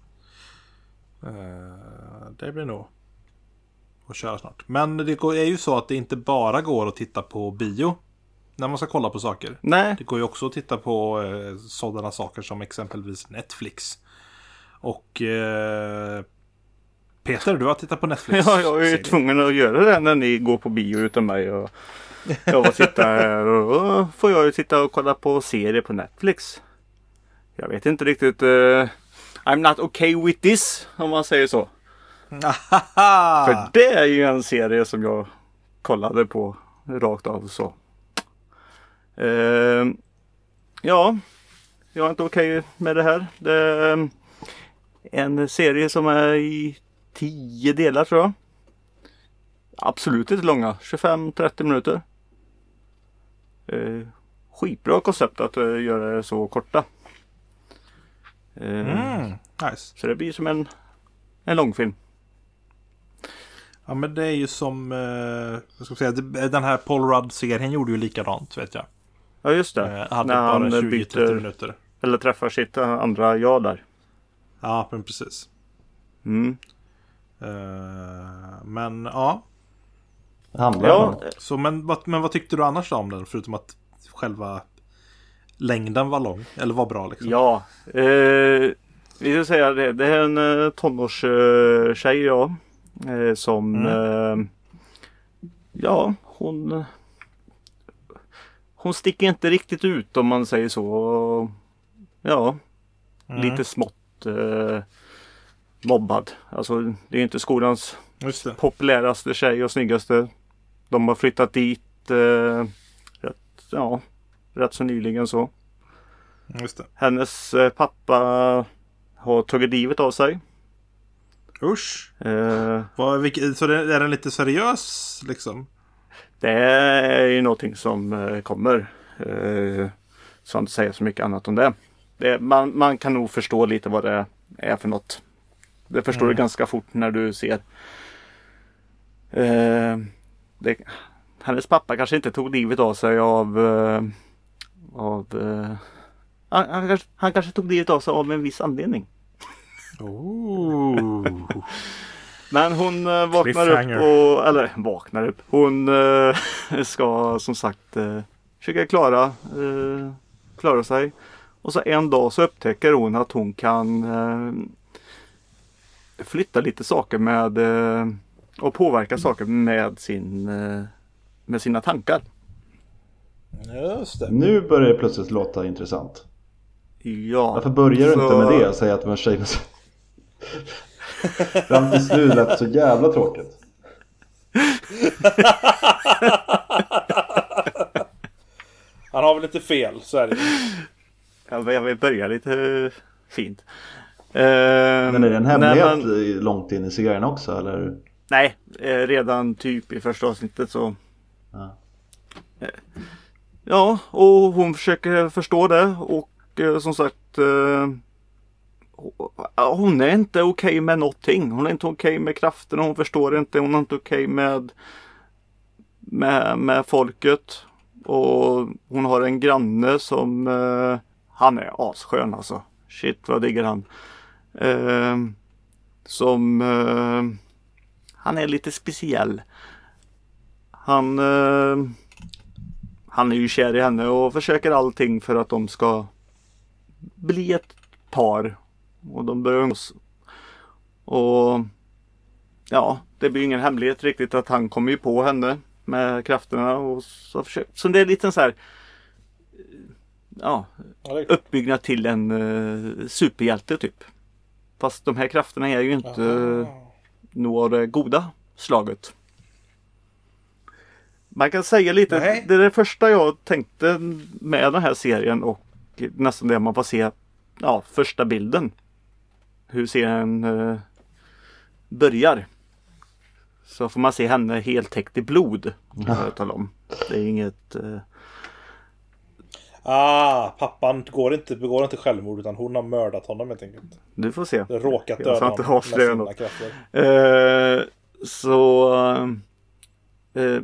eh, det blir nog att köra snart. Men det går, är ju så att det inte bara går att titta på bio när man ska kolla på saker. Nej, Det går ju också att titta på eh, sådana saker som exempelvis Netflix. Och eh, Peter, du har tittat på Netflix. ja, jag är ju serie. tvungen att göra det när ni går på bio utan mig. Och jag får sitta här och då får jag ju sitta och kolla på serier på Netflix. Jag vet inte riktigt. Uh, I'm not okay with this, om man säger så. Ahaha! För det är ju en serie som jag kollade på rakt av så. Uh, ja, jag är inte okej med det här. Det är en serie som är i tio delar tror jag. Absolut inte långa, tjugofem till trettio minuter. Uh, skitbra koncept att uh, göra det så korta. Uh, Mm, nice. Så det blir som en, en långfilm. Ja men det är ju som eh, vad ska jag säga, det- den här Paul Rudd-serien gjorde ju likadant vet jag. Ja just det. Eh, hade När bara han tjugo till trettio byter minuter. eller träffar sitt andra jag där. Ja men precis. Mm. Eh, men ja. Det handlar Ja, om. Så, men, vad, men vad tyckte du annars om den? Förutom att själva längden var lång. Eller var bra liksom. ja. Eh, vi ska säga det. Det är en eh, tonårstjej ja. Eh, som Mm. eh, ja hon hon sticker inte riktigt ut om man säger så. Ja. Mm. Lite smått eh, mobbad. Alltså det är inte skolans Just det. populäraste tjej och snyggaste. De har flyttat dit eh, rätt, ja, rätt så nyligen så. Just det. Hennes eh, pappa har tagit livet av sig. Usch. Eh, Vad, vilk, så det, är den lite seriös liksom? det är ju någonting som eh, kommer. Eh, så jag inte säga så mycket annat om det. det man, man kan nog förstå lite vad det är för något. Det förstår Mm. du ganska fort när du ser. Eh, det, hennes pappa kanske inte tog livet av sig av eh, av eh, han, han, kanske, han kanske tog livet av sig av en viss anledning. Oh. Men hon eh, vaknar Cliffhanger. upp och, eller vaknar upp. Hon eh, ska som sagt eh, försöka klara, eh, klara sig. Och så en dag så upptäcker hon att hon kan eh, flytta lite saker med eh, och påverka saker med sin eh, med sina tankar. Just det. Nu börjar det plötsligt låta intressant. Ja. Varför börjar du så- inte med det och säga att det var en tjej med... Fram tills nu lät det så jävla tråkigt. Han har väl lite fel, så är det. Jag vill börja lite fint. Eh, Men är det en nej, hemlighet men- långt in i serien också eller? Nej, eh, redan typ i första avsnittet så. Ja. Eh, ja, och hon försöker förstå det och eh, som sagt eh, hon är inte okej med någonting. Hon är inte okej med krafterna, hon förstår inte, hon är inte okej med, med med folket. Och hon har en granne som eh, han är asskön alltså. Shit vad digger han. Eh, som eh, han är lite speciell. Han eh, han är ju kär i henne och försöker allting för att de ska bli ett par. Och de börjar umgås. Och ja, det blir ingen hemlighet riktigt att han kommer ju på henne med krafterna och så försöker. Så det är lite så här ja, uppbyggnad till en uh, superhjälte typ. Fast de här krafterna är ju inte uh, något det goda slaget. Man kan säga lite, Nej. det är det första jag tänkte med den här serien och nästan det man får se, ja, första bilden. Hur serien uh, börjar. Så får man se henne helt täckt i blod. Jag talar om. Det är inget... Uh... Ah, pappan går inte, begår inte självmord utan hon har mördat honom helt enkelt. Du får se. Det råkat Jag döda ska inte honom avslöja med sina något. krafter. Eh, så... Eh,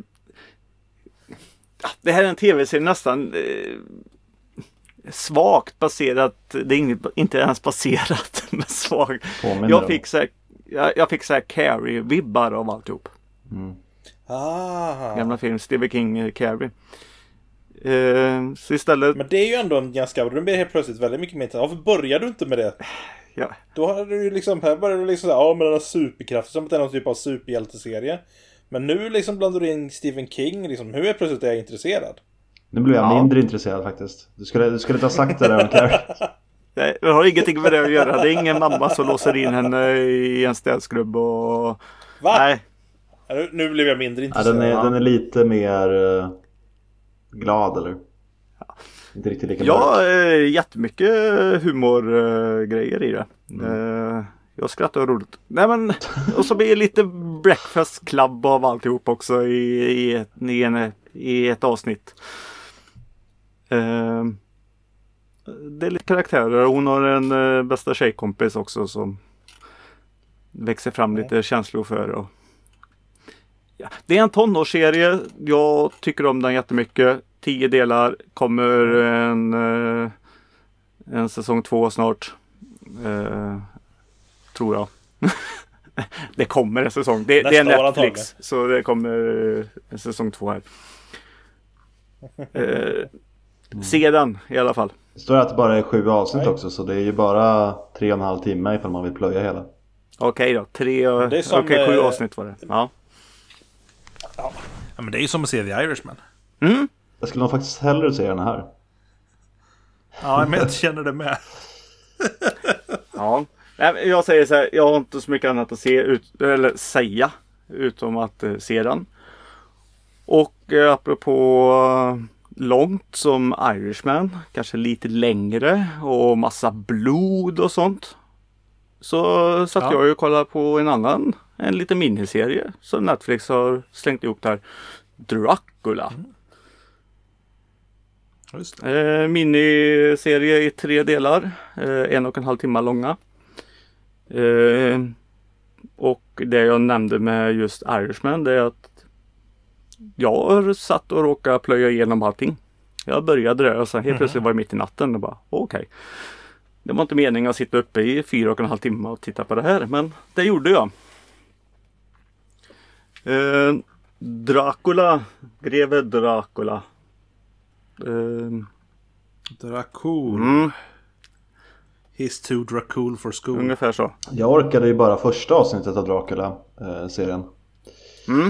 det här är en tv-serie nästan eh, svagt baserat. Det är inget, inte ens baserat, men svagt. Jag fick så här, jag, jag fick så här Carrie-vibbar av alltihop. Mm. Ah. Gamla film, Stephen King, eh, Carrie. Eh, så istället... Men det är ju ändå en ganska... Du blir helt plötsligt väldigt mycket mer... Varför börjar du inte med det? Ja. Då hade du ju liksom... Här började du liksom säga, ja men den har superkraft som att det är någon typ av superhjälteserie. Men nu liksom blandar du in Stephen King. Liksom, hur är plötsligt är jag intresserad? Nu blir jag Ja. mindre intresserad faktiskt. Du skulle, du skulle inte ha sagt det där om Carrie. Nej, det har ingenting med det att göra. Det är ingen mamma som låser in henne i en städskrubb och... Va? Nej. Nu, nu blev jag mindre Ja, intresserad. den, är, Ja. den är lite mer uh, glad, eller? Ja. Inte riktigt lika Ja, mörk. äh, jättemycket humorgrejer i det. Mm. Äh, jag skrattar roligt. Nej, men, och så blir det lite Breakfast Club av alltihop också i, i, ett, i, en, i ett avsnitt. Äh, det är lite karaktärer. Hon har en äh, bästa tjejkompis också som växer fram lite mm. känslor för. Och, ja. Det är en tonårsserie. Jag tycker om den jättemycket. Tio delar. Kommer en, eh, en säsong två snart. Eh, tror jag. Det kommer en säsong. Det, det är Netflix. Så det kommer en säsong två här. Eh, mm. Se den i alla fall. Det står att det bara är sju avsnitt Nej. också. Så det är ju bara tre och en halv timme ifall man vill plöja hela. Okej okay då. Tre och... Okej, okay, sju avsnitt var det. Ja. Ja. Ja, men det är ju som att se The Irishman. Mm. Jag skulle nog faktiskt hellre se den här. Ja, men jag känner det med. Ja, jag säger så här. Jag har inte så mycket annat att se ut, eller säga utom att eh, se den. Och eh, apropå uh, långt som Irishman, kanske lite längre och massa blod och sånt. Så satt ja. jag ju och kollade på en annan, en liten miniserie som Netflix har slängt ihop där. Dracula. Mm. Just eh, miniserie i tre delar. Eh, en och en halv timme långa. Eh, och det jag nämnde med just Irishman, det är att jag har satt och råkat plöja igenom allting. Jag började där och sen helt plötsligt var det mitt i natten och bara okej. Okay. Det var inte meningen att sitta uppe i fyra och en halv timme och titta på det här, men det gjorde jag. Eh, Dracula, greve Dracula. Eh, Dracul. Mm. He's too Dracul for school. Ungefär så. Jag orkade ju bara första avsnittet av Dracula-serien. Mm.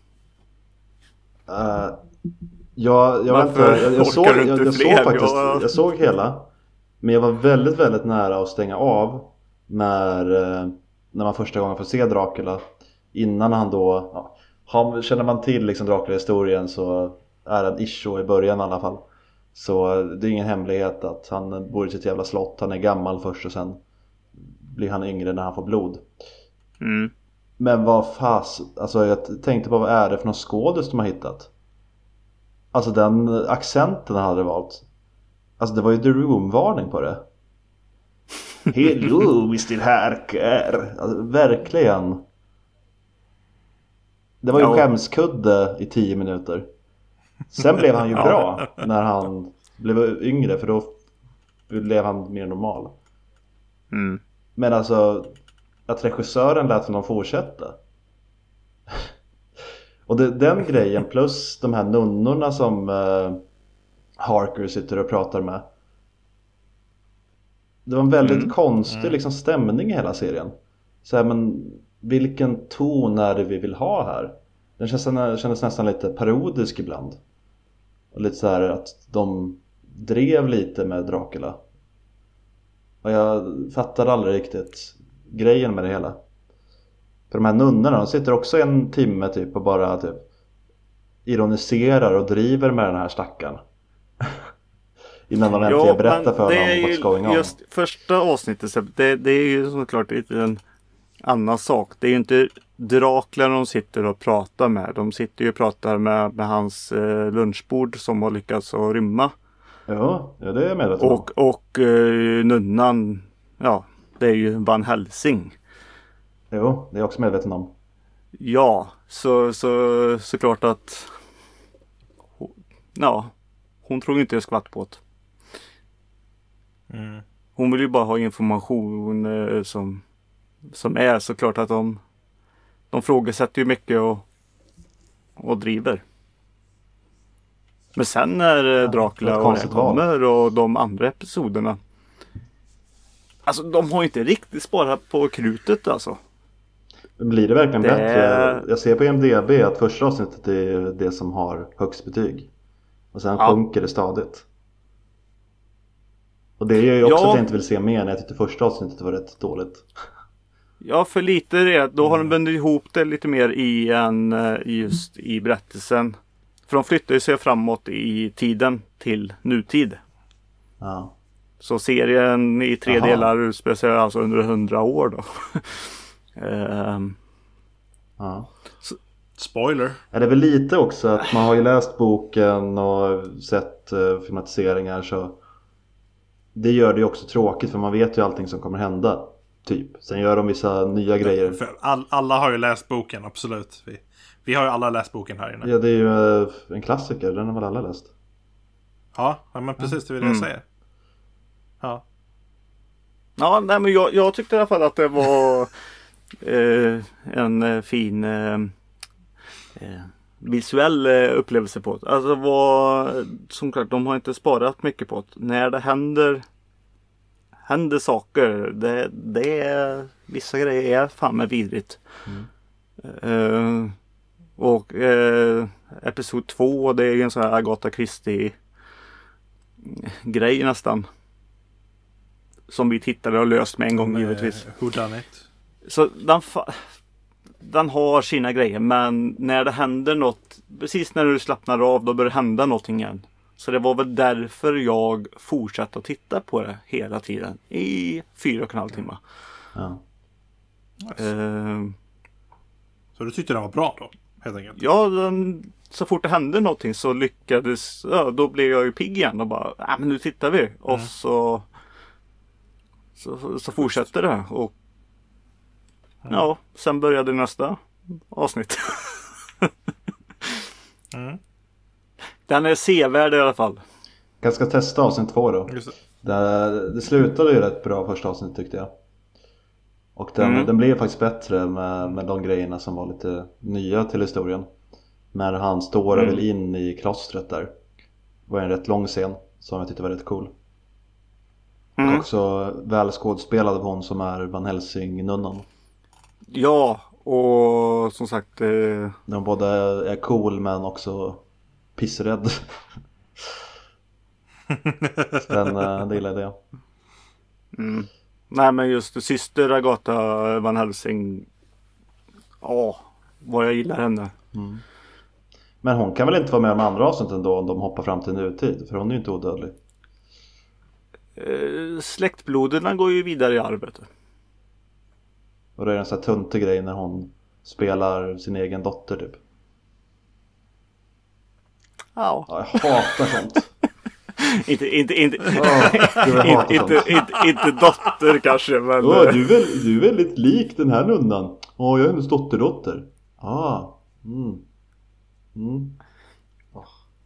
Uh, jag, jag, Varför vet inte, jag, jag, såg, orkar du jag, inte jag, fler? såg faktiskt, Jag... jag såg hela. Men jag var väldigt, väldigt nära att stänga av när, när man första gången får se Dracula. Innan han då, ja, han, känner man till liksom Dracula-historien så är han issue i början i alla fall. Så det är ingen hemlighet att han bor i sitt jävla slott. Han är gammal först och sen blir han yngre när han får blod. Mm. Men vad fas, alltså jag tänkte på vad är det för någon skådis de har hittat? Alltså den accenten han hade valt. Alltså det var ju The Room-varning på det. Hello mister Harker. Alltså, verkligen. Det var ju en skämskudde i tio minuter. Sen blev han ju bra när han blev yngre. För då blev han mer normal. Mm. Men alltså att regissören lät honom fortsätta. Och det, den grejen plus de här nunnorna som uh, Harker sitter och pratar med. Det var en väldigt mm. konstig mm. liksom, stämning i hela serien. Så här, men vilken ton är det vi vill ha här? Den känns, kändes nästan lite parodisk ibland. Och lite så här att de drev lite med Dracula. Och jag fattade aldrig riktigt grejen med det hela. För de här nunnorna, de sitter också en timme typ och bara typ ironiserar och driver med den här stackaren. Innan de äntligen berättar för honom what's going on. Just första avsnittet, det, det är ju såklart lite en annan sak. Det är ju inte Dracula de sitter och pratar med. De sitter ju och pratar med, med hans eh, lunchbord som har lyckats att rymma. Ja, ja det är jag medveten om. Och, och uh, nunnan, ja, det är ju Van Helsing. Jo, det är jag också medveten om. Ja, så, så, så klart att ja, hon tror inte jag skvatt på det. Mm. Hon vill ju bara ha information eh, som, som är så klart att de, de frågesätter ju mycket och, och driver. Men sen när eh, Dracula och det kommer och de andra episoderna, alltså de har inte riktigt sparat på krutet alltså. Blir det verkligen det... bättre? Jag ser på I M D B att första avsnittet är det som har högst betyg. Och sen ja. sjunker det stadigt. Och det gör ju också ja. att jag inte vill se mer när jag tyckte första avsnittet var rätt dåligt. Ja, för lite det. Då har de bundit ihop det lite mer i en, just i berättelsen. För de flyttar ju sig framåt i tiden till nutid. Ja. Så serien i tre Aha. delar utspelar sig alltså under hundra år då. um, ja. Så, spoiler. Ja, det är väl lite också att man har ju läst boken och sett uh, filmatiseringar så det gör det ju också tråkigt för man vet ju allting som kommer hända typ. Sen gör de vissa nya grejer. För all, alla har ju läst boken, absolut. Vi, vi har ju alla läst boken här inne. Ja, det är ju uh, en klassiker, den har väl alla läst. Ja, men precis det vill jag mm. säga. Ja. Ja, nej, men jag, jag tyckte i alla fall att det var eh, en eh, fin eh, eh, visuell eh, upplevelse på det. Alltså var, som klart, de har inte sparat mycket på det. När det händer händer saker, det, det är vissa grejer är fan med vidrigt. Mm. Eh, och eh, episod två, det är ju en sån här Agatha Christie grej nästan. Som vi tittade och löst med en gång, med givetvis. Who Done It? Så den, fa- den har sina grejer. Men när det händer något, precis när du slappnar av, då börjar det hända någonting igen. Så det var väl därför jag fortsatte att titta på det hela tiden. I fyra och en halv timme. Ja. Uh, så du tyckte den var bra då? Helt enkelt? Ja, den, så fort det hände någonting så lyckades, ja, då blev jag ju pigg igen och bara, ja men nu tittar vi. Mm. Och så... Så, så fortsätter det och ja, sen började nästa avsnitt. mm. Den är sevärd i alla fall. Jag ska testa avsnitt två då. Det, det slutade ju rätt bra första avsnitt tyckte jag. Och den, mm. den blev faktiskt bättre med, med de grejerna som var lite nya till historien. När han står mm. väl in i klostret där. Det var en rätt lång scen som jag tyckte var rätt cool. Mm. Och också väl skådespelad av hon som är Van Helsing-nunnan. Ja, och som sagt eh... de både är cool men också pissrädd. Den, det gillade jag. Mm. Nej men just syster Agatha Van Helsing. Ja, vad jag gillar henne. Mm. Men hon kan väl inte vara med om andra avsnitten då om de hoppar fram till nutid. För hon är ju inte odödlig. Släktbloderna går ju vidare i arvet. Och det är en sån här tuntig grej när hon spelar sin egen dotter typ. Ja, ja jag hatar sånt. inte, inte, inte, oh, inte, inte, inte, inte dotter kanske men... oh, du, är väl, du är väldigt lik den här nunnan. Ja, oh, jag är hennes dotterdotter. Ah, mm. Mm. Oh.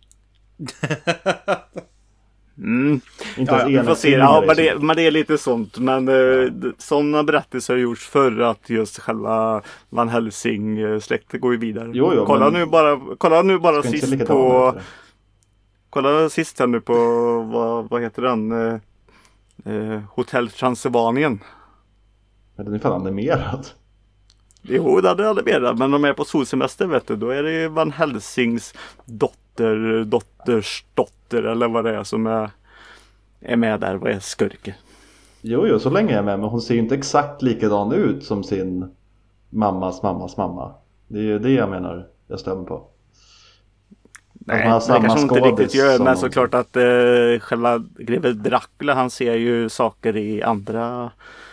Mm. Inte ja, ja, se. Ja, men, det, men det är lite sånt. Men ja. eh, sådana berättelser har gjorts förr att just själva Van Helsing släktet går ju vidare. Jo, jo, kolla, nu bara, kolla nu bara sist på kolla sist här nu på vad, vad heter den eh, eh, Hotell Transylvanien. Är den fan animerad? Jo, det är animerad. Men de är på solsemester vet du. Då är det ju Van Helsings dotter, dotters dotter eller vad det är som är, är med där. Vad är skurken? Jo, jo, så länge jag är med. Men hon ser ju inte exakt likadan ut som sin mammas mammas mamma. Det är ju det jag menar jag stämmer på. Nej, det kanske inte riktigt gör. Men såklart att eh, själva greve Dracula, han ser ju saker i andra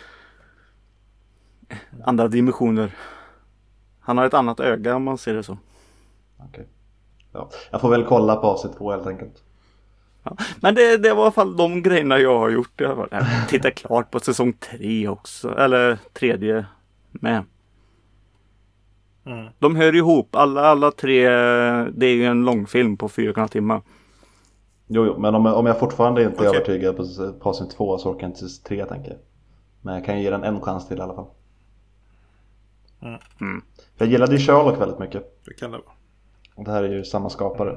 andra dimensioner. Han har ett annat öga om man ser det så. Okej. Ja, jag får väl kolla på avsnitt två helt enkelt. Ja. Men det, det var i alla fall de grejerna jag har gjort. Jag har tittat klart på säsong tre också. Eller tredje med. Mm. De hör ihop. Alla, alla tre. Det är ju en långfilm på fyra och en halv timmar. Jo, jo, men om, om jag fortfarande inte är Okej. övertygad på Passing två så orkar jag inte till tre, tänker jag. Men jag kan ge den en chans till i alla fall. Mm. Mm. För jag gillade ju Sherlock väldigt mycket. Det kan det vara. Och det här är ju samma skapare.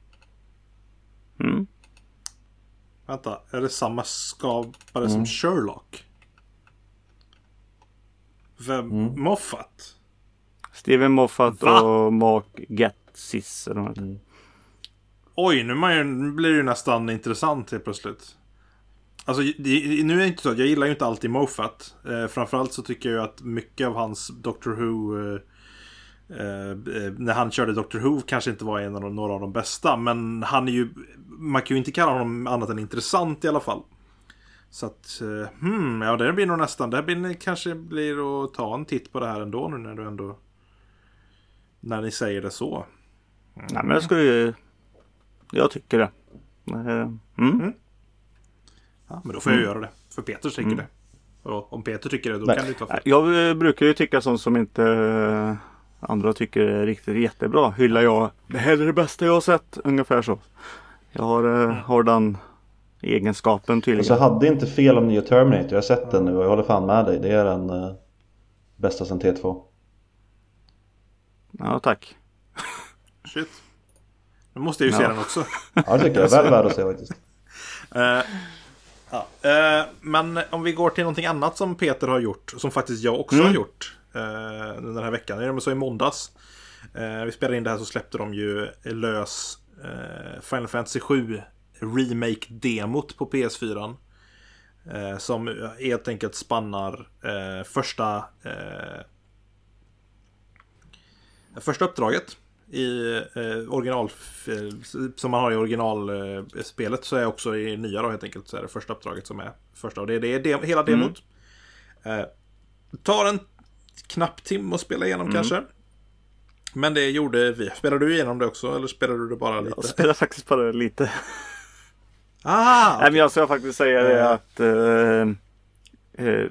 Mm. Vänta, är det samma skapare Mm. som Sherlock? Vem? Mm. Moffat? Steven Moffat Va? och Mark Gatiss. eller något. Mm. Oj, nu, man ju, nu blir det ju nästan intressant helt plötsligt. Alltså, det, nu är det inte så att jag gillar ju inte alltid Moffat. Eh, framförallt så tycker jag ju att mycket av hans Doctor Who... Eh, eh, när han körde Doctor Who kanske inte var en av de, några av de bästa. Men han är ju... Man kan ju inte kalla honom annat än intressant i alla fall. Så att... Eh, hmm, ja, det blir nog nästan... Det blir, kanske blir att ta en titt på det här ändå nu när du ändå... När ni säger det så. Nej, men jag skulle ju... Jag tycker det. Eh, Mm. Mm. Ja, men då får jag Mm. göra det. För Peter tycker Mm. det. Och om Peter tycker det, då Nej. kan det inte vara fel. Jag eh, brukar ju tycka sånt som inte eh, andra tycker är riktigt jättebra. Hyllar jag. Det här är det bästa jag har sett. Ungefär så. Jag har, eh, har den egenskapen Och så tydligen. hade inte fel om nya Terminator. Jag har sett den nu och jag håller fan med dig. Det är den uh, bästa sen T två. Ja, tack. Shit. Nu måste jag ju se Ja. den också. Ja, det tycker jag är väl värd att se faktiskt. Eh, ja. Eh, men om vi går till någonting annat som Peter har gjort. Som faktiskt jag också Mm. har gjort. Uh, den här veckan. Det är så i måndags. Eh, vi spelade in det här så släppte de ju lös eh, Final Fantasy sju Remake-demot på P S fyra. Eh, som helt enkelt spannar eh, första eh, första uppdraget i eh, original som man har i originalspelet eh, spelet, så är också i nya då helt enkelt, så är det första uppdraget som är första, och det, det är dem, hela demot. Mm. Eh, tar en knapp timme att spela igenom Mm. kanske. Men det gjorde vi. Spelade du igenom det också, eller spelade du det bara lite? Jag spelar faktiskt bara lite. Ah, Nej, okay. men jag ska faktiskt säga det Eh. att eh, eh,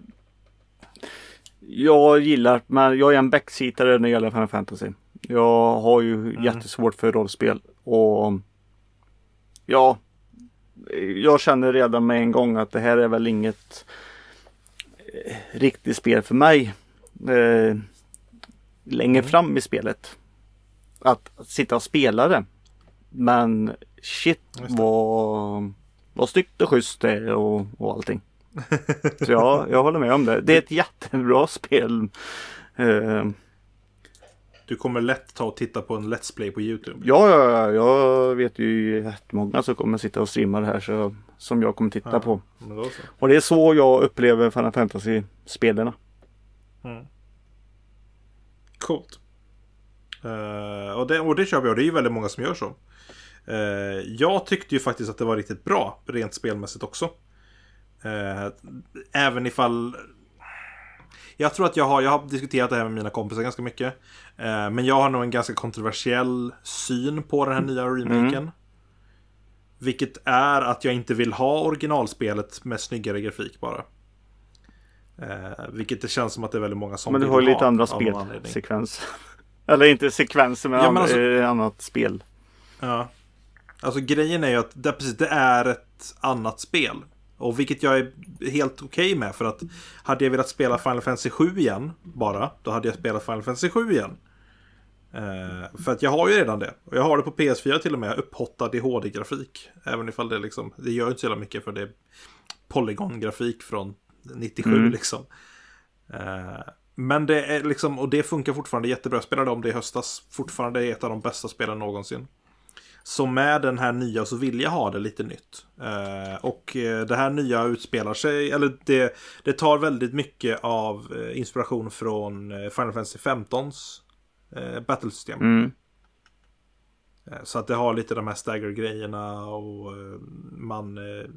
jag gillar, men jag är en backseatare när det gäller Final Fantasy. Jag har ju Mm. jättesvårt för rollspel och ja, jag känner redan med en gång att det här är väl inget eh, riktigt spel för mig eh, längre Mm. fram i spelet. Att, att sitta och spela det. Men shit Just det. vad, vad snyggt och schysst det är och, och allting. Så ja, jag håller med om det. Det är ett jättebra spel. Eh, Du kommer lätt ta och titta på en Let's Play på YouTube. ja, ja, ja, jag vet ju jättemånga som kommer sitta och streama det här så, som jag kommer titta Ja, på. men då så. Och det är så jag upplever Final Fantasy-spelarna. Mm. Coolt. Uh, och, det, och det kör vi, och det är ju väldigt många som gör så. Uh, jag tyckte ju faktiskt att det var riktigt bra rent spelmässigt också. Uh, även ifall... Jag tror att jag har, jag har diskuterat det här med mina kompisar ganska mycket. Uh, men jag har nog en ganska kontroversiell syn på den här nya remaken. Mm. Vilket är att jag inte vill ha originalspelet med snyggare grafik bara. Uh, vilket det känns som att det är väldigt många som Men du vill har ju ha, lite andra av någon anledning. spelsekvenser. Eller inte sekvenser men, Ja, men andra, alltså- eh, annat spel. Ja. Alltså grejen är ju att det, precis, det är ett annat spel. Och vilket jag är helt okej med. För att hade jag velat spela Final Fantasy sju igen bara, då hade jag spelat Final Fantasy sju igen. Eh, för att jag har ju redan det. Och jag har det på P S fyra till och med, upphottad i H D-grafik. Även ifall det liksom, det gör inte så jävla mycket för det är polygon-grafik från nittiosju Mm. liksom. Eh, men det är liksom, och det funkar fortfarande jättebra. Jag spelade om det i höstas. Fortfarande är ett av de bästa spelen någonsin. Så med den här nya så vill jag ha det lite nytt. Eh, och eh, det här nya utspelar sig, eller det, det tar väldigt mycket av eh, inspiration från eh, Final Fantasy femtons eh, battlesystem. Mm. Eh, så att det har lite de här stagger-grejerna och eh, man... Eh,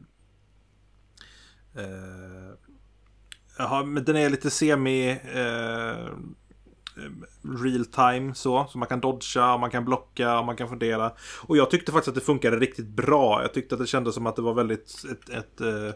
eh, jaha, men den är lite semi... Eh, real time så. Så man kan dodga, och man kan blocka, och man kan fundera. Och jag tyckte faktiskt att det funkade riktigt bra. Jag tyckte att det kändes som att det var väldigt ett, ett uh,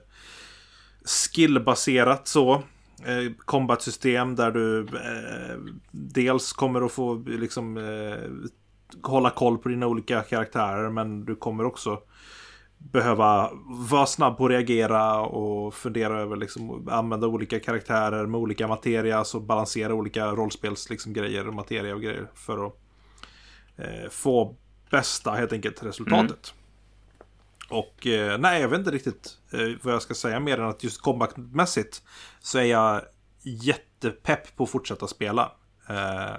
skillbaserat så. Uh, combat-system där du uh, dels kommer att få liksom uh, hålla koll på dina olika karaktärer, men du kommer också behöva vara snabb på att reagera och fundera över liksom, använda olika karaktärer med olika materia, så balansera olika rollspels liksom, grejer, materia och grejer för att eh, få bästa helt enkelt resultatet. Mm. Och eh, nej, jag vet inte riktigt eh, vad jag ska säga mer än att just combat-mässigt så är jag jättepepp på att fortsätta spela. Eh,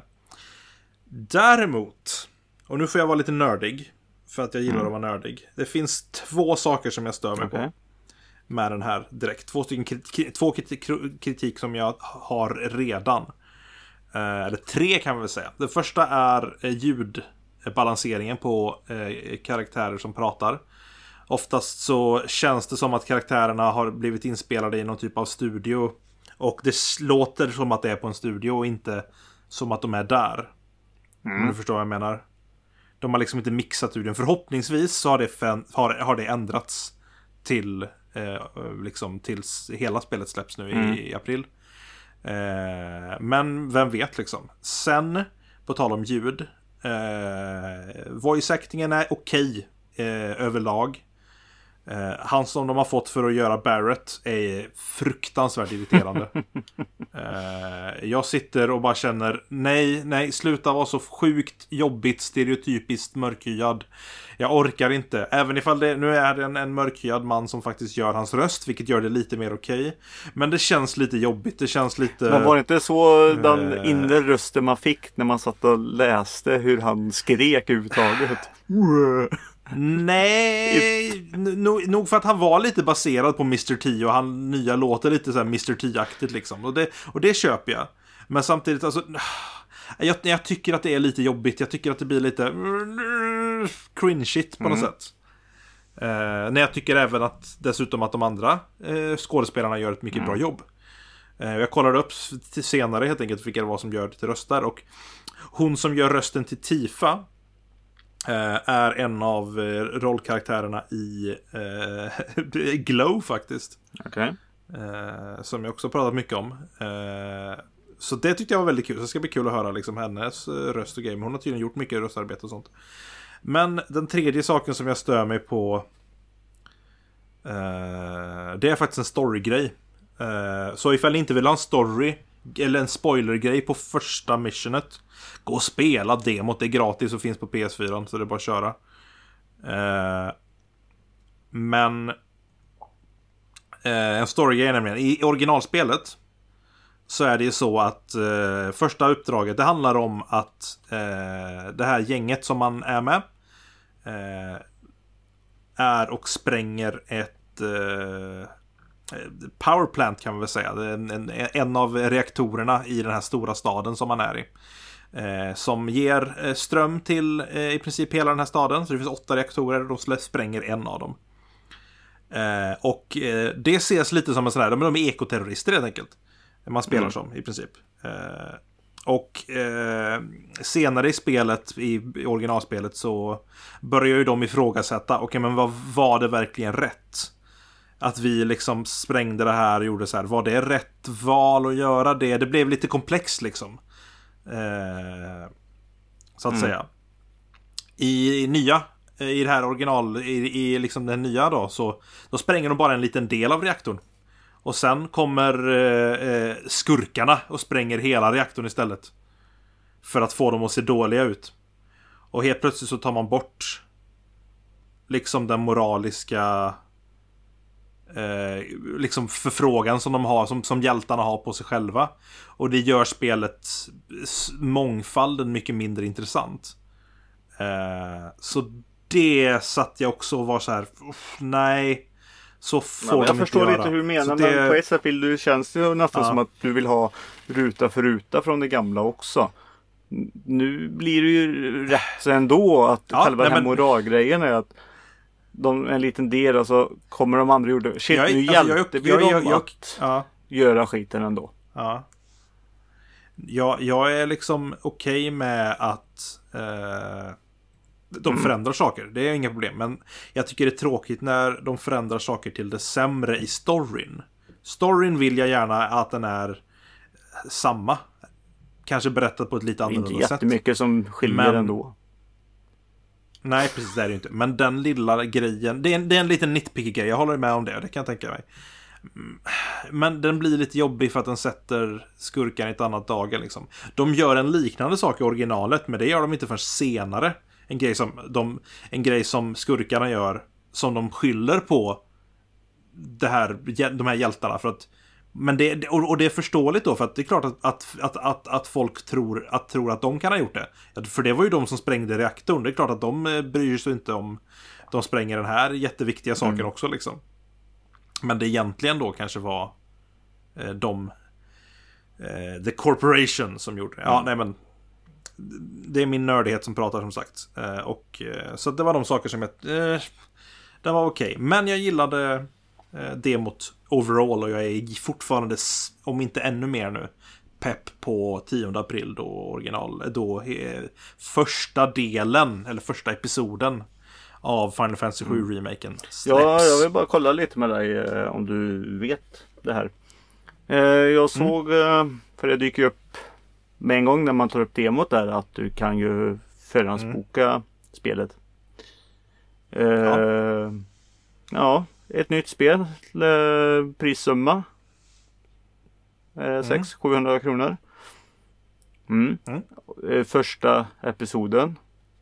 däremot, och nu får jag vara lite nördig för att jag gillar mm. att vara nördig. Det finns två saker som jag stör mig okay. på med den här direkt. Två stycken kritik, två kritik som jag har redan. Eh, eller tre kan vi väl säga. Det första är eh, ljudbalanseringen på eh, karaktärer som pratar. Oftast så känns det som att karaktärerna har blivit inspelade i någon typ av studio. Och det låter som att det är på en studio och inte som att de är där. Mm. Om du förstår vad jag menar. De har liksom inte mixat ur den. Förhoppningsvis så har det, fan, har, har det ändrats till eh, liksom tills hela spelet släpps nu mm. i, i april. Eh, men vem vet liksom. Sen, på tal om ljud. Eh, voice actingen är okej eh, överlag. Eh, han som de har fått för att göra Barrett är fruktansvärt irriterande. eh, jag sitter och bara känner nej, nej, sluta vara så sjukt jobbigt, stereotypiskt mörkhyad. Jag orkar inte. Även ifall det nu är det en, en mörkhyad man som faktiskt gör hans röst, vilket gör det lite mer okej. Men det känns lite jobbigt. Det känns lite... Men var det inte så den eh, inre rösten man fick när man satt och läste hur han skrek överhuvudtaget? Nej, nog, nog för att han var lite baserad på mister T och han nya låter lite så här mister T-aktigt liksom. Och det, och det köper jag. Men samtidigt, alltså, jag, jag tycker att det är lite jobbigt. Jag tycker att det blir lite cringe-shit på något mm. sätt. Eh, när jag tycker även att dessutom att de andra eh, skådespelarna gör ett mycket mm. bra jobb. Eh, jag kollade upp till senare helt enkelt vilka det var som gör det till röster. Och hon som gör rösten till Tifa är en av rollkaraktärerna i eh, Glow faktiskt. Okay. Eh, som jag också pratat mycket om. Eh, så det tyckte jag var väldigt kul. Så det ska bli kul att höra liksom, hennes röst och game. Hon har tydligen gjort mycket röstarbete och sånt. Men den tredje saken som jag stör mig på eh, det är faktiskt en storygrej. Eh, så ifall ni inte vill ha en story eller en spoilergrej på första missionet, gå och spela demot, det är gratis och finns på P S fyra, så det är bara att köra. Eh, men eh, en storygrej nämligen i originalspelet så är det ju så att eh, första uppdraget, det handlar om att eh, det här gänget som man är med eh, är och spränger ett eh, powerplant kan man väl säga. Det är en, en, en av reaktorerna i den här stora staden som man är i. Eh, som ger eh, ström till eh, i princip hela den här staden. Så det finns åtta reaktorer och de spränger en av dem. Eh, och eh, det ses lite som en sån här, de, de är ekoterrorister helt enkelt. Man spelar mm. som i princip. Eh, och eh, senare i spelet, i, i originalspelet, så börjar ju de ifrågasätta, okej, okay, men vad var det verkligen rätt? Att vi liksom sprängde det här och gjorde så här. Var det rätt val att göra det? Det blev lite komplext liksom. Eh, så att mm. säga. I, I nya, i det här original, i, i liksom den nya då, så då spränger de bara en liten del av reaktorn. Och sen kommer eh, skurkarna och spränger hela reaktorn istället. För att få dem att se dåliga ut. Och helt plötsligt så tar man bort liksom den moraliska eh, liksom förfrågan som de har, som, som hjältarna har på sig själva. Och det gör spelet mångfalden mycket mindre intressant. Eh, så det satt jag också och var så här, nej, så får ja, de jag inte förstår göra. lite hur du menar, det... men på ett sätt vill du, känns det nästan ja. som att du vill ha ruta för ruta från det gamla också. Nu blir det ju rätt ändå att ja, själva nej, den här men... moralgrejen är att de, en liten del, alltså kommer de andra gjorde shit, jag, nu alltså, hjälpte jag, vi jag, dem jag, jag, att ja. göra skiten ändå. Ja. jag, jag är liksom okej okay med att eh, de förändrar saker. Det är inga problem. Men jag tycker det är tråkigt när de förändrar saker till det sämre i storyn. Storyn vill jag gärna att den är samma. Kanske berättat på ett lite annorlunda sätt. Inte jättemycket som skiljer men, ändå. Nej, precis, det är det inte. Men den lilla grejen, det är en, det är en liten nitpicky grej. Jag håller med om det, det kan jag tänka mig. Men den blir lite jobbig för att den sätter skurkan i ett annat dagar liksom. De gör en liknande sak i originalet, men det gör de inte förrän senare. En grej som, de, en grej som skurkarna gör, som de skyller på det här, de här hjältarna för att, men det, och det är förståeligt då, för att det är klart att, att, att, att, att folk tror att, tror att de kan ha gjort det. För det var ju de som sprängde reaktorn. Det är klart att de bryr sig inte om de spränger den här jätteviktiga saken mm. också liksom. Men det egentligen då kanske var eh, de eh, The Corporation som gjorde det. Ja, mm. nej men det är min nördighet som pratar som sagt. Eh, och, eh, så det var de saker som jag eh, det var okej. Okay. Men jag gillade eh, demot overall och jag är fortfarande, om inte ännu mer nu, pepp på tionde april då original, då eh, första delen eller första episoden av Final Fantasy sju remaken släpps. Ja, jag vill bara kolla lite med dig eh, om du vet det här. Eh, jag såg, mm. eh, för det dyker upp med en gång när man tar upp demot där, att du kan ju förhandsboka mm. spelet. Eh, ja. ja, ett nytt spel. Eh, prissumma. Eh, mm. sex till sjuhundra kronor. Mm. Mm. Eh, första episoden.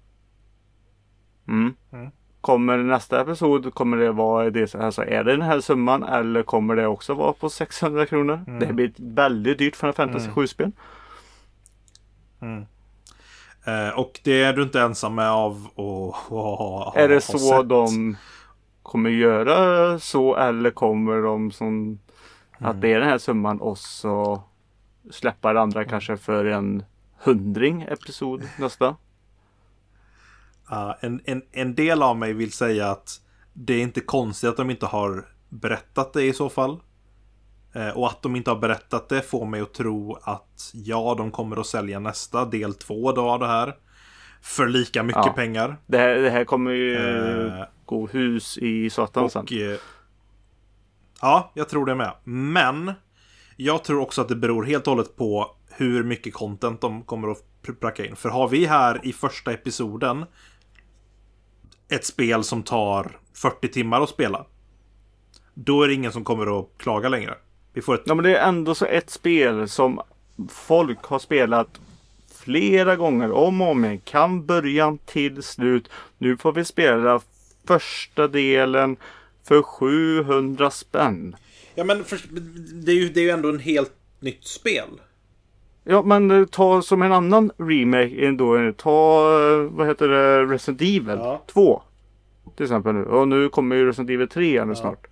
Mm. Mm. Kommer nästa episod, kommer det vara det, alltså är det den här summan eller kommer det också vara på sexhundra kronor? Mm. Det blir väldigt dyrt för en Fantasy mm. sju-spel. Mm. Eh, och det är du inte ensam med av att ha. Är det så sett. De kommer göra så, eller kommer de som mm. att det är den här summan och så släpper andra mm. kanske för en hundring episod nästa? Uh, en, en, en del av mig vill säga att det är inte konstigt att de inte har berättat det i så fall. Uh, och att de inte har berättat det får mig att tro att ja, de kommer att sälja nästa del två då av det här för lika mycket ja. pengar. Det här, det här kommer ju uh, gå hus i satan sen. Uh, ja, jag tror det med. Men jag tror också att det beror helt och hållet på hur mycket content de kommer att pracka in. För har vi här i första episoden ett spel som tar fyrtio timmar att spela, då är det ingen som kommer att klaga längre. Vi får ett... Ja, men det är ändå så ett spel som folk har spelat flera gånger om och om igen. Kan början till slut. Nu får vi spela första delen för sjuhundra spänn. Ja, men för, det, är ju, det är ju ändå en helt nytt spel. Ja, men ta som en annan remake ändå. Ta, vad heter det, Resident Evil ja. två. Till exempel nu. Och nu kommer ju Resident Evil tre nu ja. snart.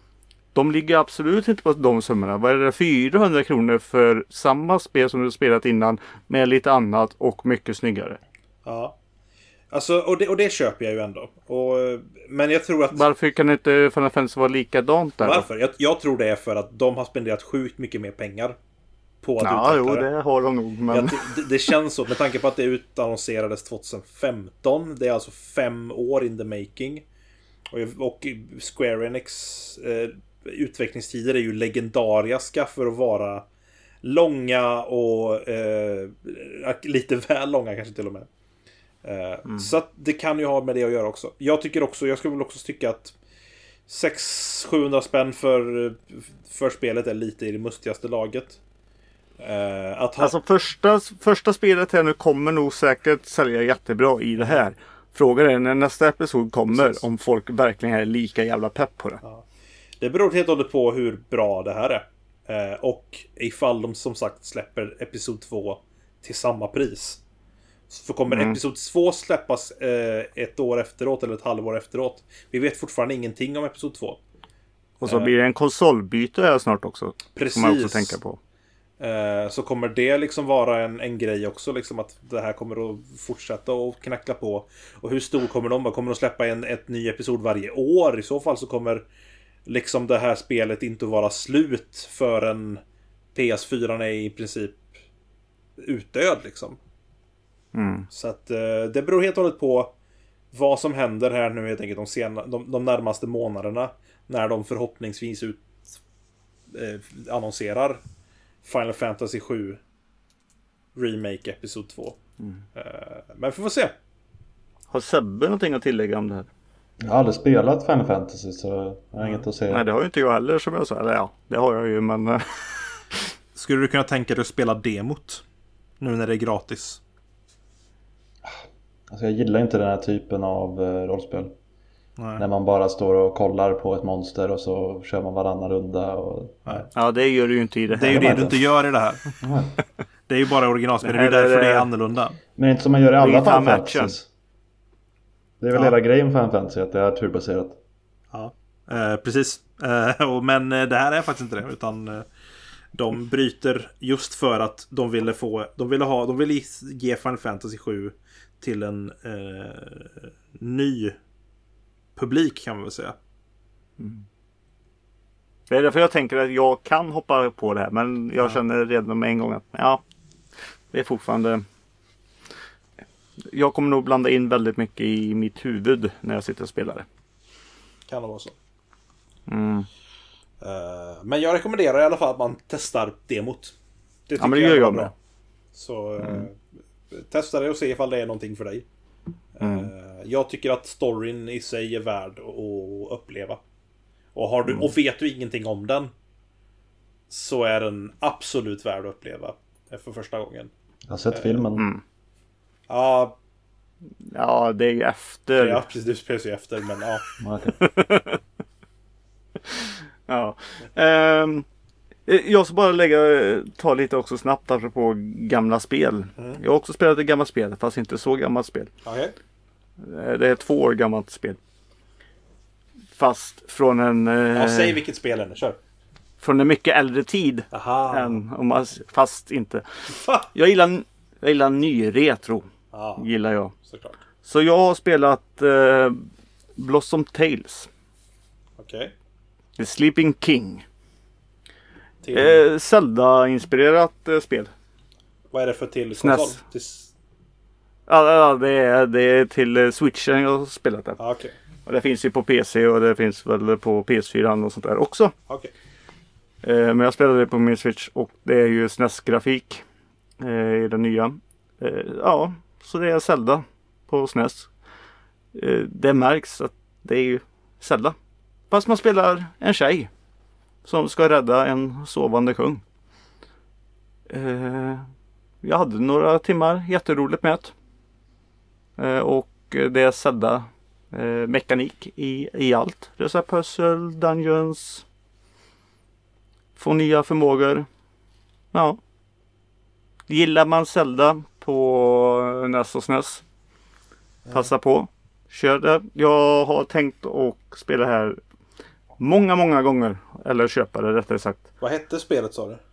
De ligger absolut inte på de summorna. Vad är det, fyrahundra kronor för samma spel som du spelat innan med lite annat och mycket snyggare. Ja. Alltså, och det, och det köper jag ju ändå. Och, men jag tror att... Varför kan inte Final Fantasy vara likadant där? Varför? Jag, jag tror det är för att de har spenderat sjukt mycket mer pengar på att ja, utveckla jo, det har de nog. Men... Ja, det, det känns så, med tanke på att det utannonserades tjugohundrafemton. Det är alltså fem år in the making. Och, och Square Enix eh, utvecklingstider är ju legendariska för att vara långa och eh, lite väl långa kanske till och med. Eh, mm. Så att det kan ju ha med det att göra också. Jag tycker också, jag skulle väl också tycka att sex till sjuhundra spänn för, för spelet är lite i det mustigaste laget. Uh, att ha... Alltså första, första spelet här nu kommer nog säkert sälja jättebra i det här. Frågan är när nästa episod kommer. Precis. Om folk verkligen är lika jävla pepp på det. Ja. Det beror helt och hållet på hur bra det här är. Uh, och ifall de som sagt släpper episod två till samma pris. För kommer mm. episod två släppas uh, ett år efteråt eller ett halvår efteråt. Vi vet fortfarande ingenting om episod två. Och så uh, blir det en konsolbyte här snart också. Precis. Som man också tänker på. Så kommer det liksom vara en, en grej också liksom, att det här kommer att fortsätta och knackla på. Och hur stor kommer de vara? Kommer de släppa en ett ny episod varje år? I så fall så kommer liksom det här spelet inte att vara slut förrän P S fyra är i princip utdöd liksom. Mm. Så att eh, det beror helt och hållet på vad som händer här nu helt enkelt de, sena, de, de närmaste månaderna. När de förhoppningsvis ut, eh, annonserar Final Fantasy sju Remake Episod två. Mm. Eh, men vi får se. Har Sebbe någonting att tillägga om det här? Jag har aldrig spelat Final Fantasy så jag har mm. inget att säga. Nej, det har ju inte jag heller som jag sa. Eller ja, det har jag ju men... Skulle du kunna tänka dig att spela demot? Nu när det är gratis. Alltså jag gillar inte den här typen av eh, rollspel. Nej. När man bara står och kollar på ett monster och så kör man varannan runda. Och... Nej. Ja, det gör du ju inte i det här. Det är ju det du inte gör i det här. Det är ju bara originalspel. Det är ju därför det... det är annorlunda. Men det är inte som man gör i alla Final Fantasy. Det är väl ja. hela grejen för Final Fantasy att det är turbaserat. Ja, eh, precis. Eh, men det här är faktiskt inte det. Utan eh, de bryter just för att de ville få... De ville, ha, de ville ge Final Fantasy sju till en eh, ny publik kan man väl säga. Mm. Det är därför jag tänker att jag kan hoppa på det här. Men jag ja. känner redan med en gång att ja, det är fortfarande... Jag kommer nog blanda in väldigt mycket i mitt huvud när jag sitter och spelar det. Kan det vara så. Mm. Uh, men jag rekommenderar i alla fall att man testar demot. Det tycker ja, men det jag gör är jag bra. med. Så uh, mm. testa det och se ifall det är någonting för dig. Mm. Uh, jag tycker att storyn i sig är värd att uppleva. Och, har du, mm. och vet du ingenting om den så är den absolut värd att uppleva för första gången. Jag har sett uh, filmen. Mm. Ja, ja, det är ju efter. Ja, precis, du spelar ju efter, men ja. ja. Um, jag ska bara lägga ta lite också snabbt apropå gamla spel. Mm. Jag har också spelat ett gammalt spel, fast inte så gammalt spel. Okay. Det är två år gammalt spel. Fast från en... Ja, säg vilket spel är det, kör. Från en mycket äldre tid. Aha. Än, om man, fast inte. Jag gillar, jag gillar ny retro. Ah, gillar jag. Såklart. Så jag har spelat eh, Blossom Tales. Okej. Okay. The Sleeping King. Till... Eh, Zelda-inspirerat eh, spel. Vad är det för till S N E S? konsol? Till... Ja, ja det, är, det är till eh, Switchen jag har spelat det. Ah, okay. Och det finns ju på P C och det finns väl på P S fyra och sånt där också. Okay. Eh, men jag spelade det på min Switch och det är ju S N E S-grafik eh, i den nya. Eh, ja, så det är Zelda på S N E S. Eh, det märks att det är ju Zelda. Fast man spelar en tjej som ska rädda en sovande kung. Eh, jag hade några timmar jätteroligt med det. Eh, och det är Zelda eh, mekanik i, i allt. Det är så här puzzle, dungeons, få nya förmågor. Ja. Gillar man Zelda på N E S och S N E S, passa på. Kör det. Jag har tänkt att spela här många, många gånger. Eller köpa det rättare sagt. Vad hette spelet, sa du?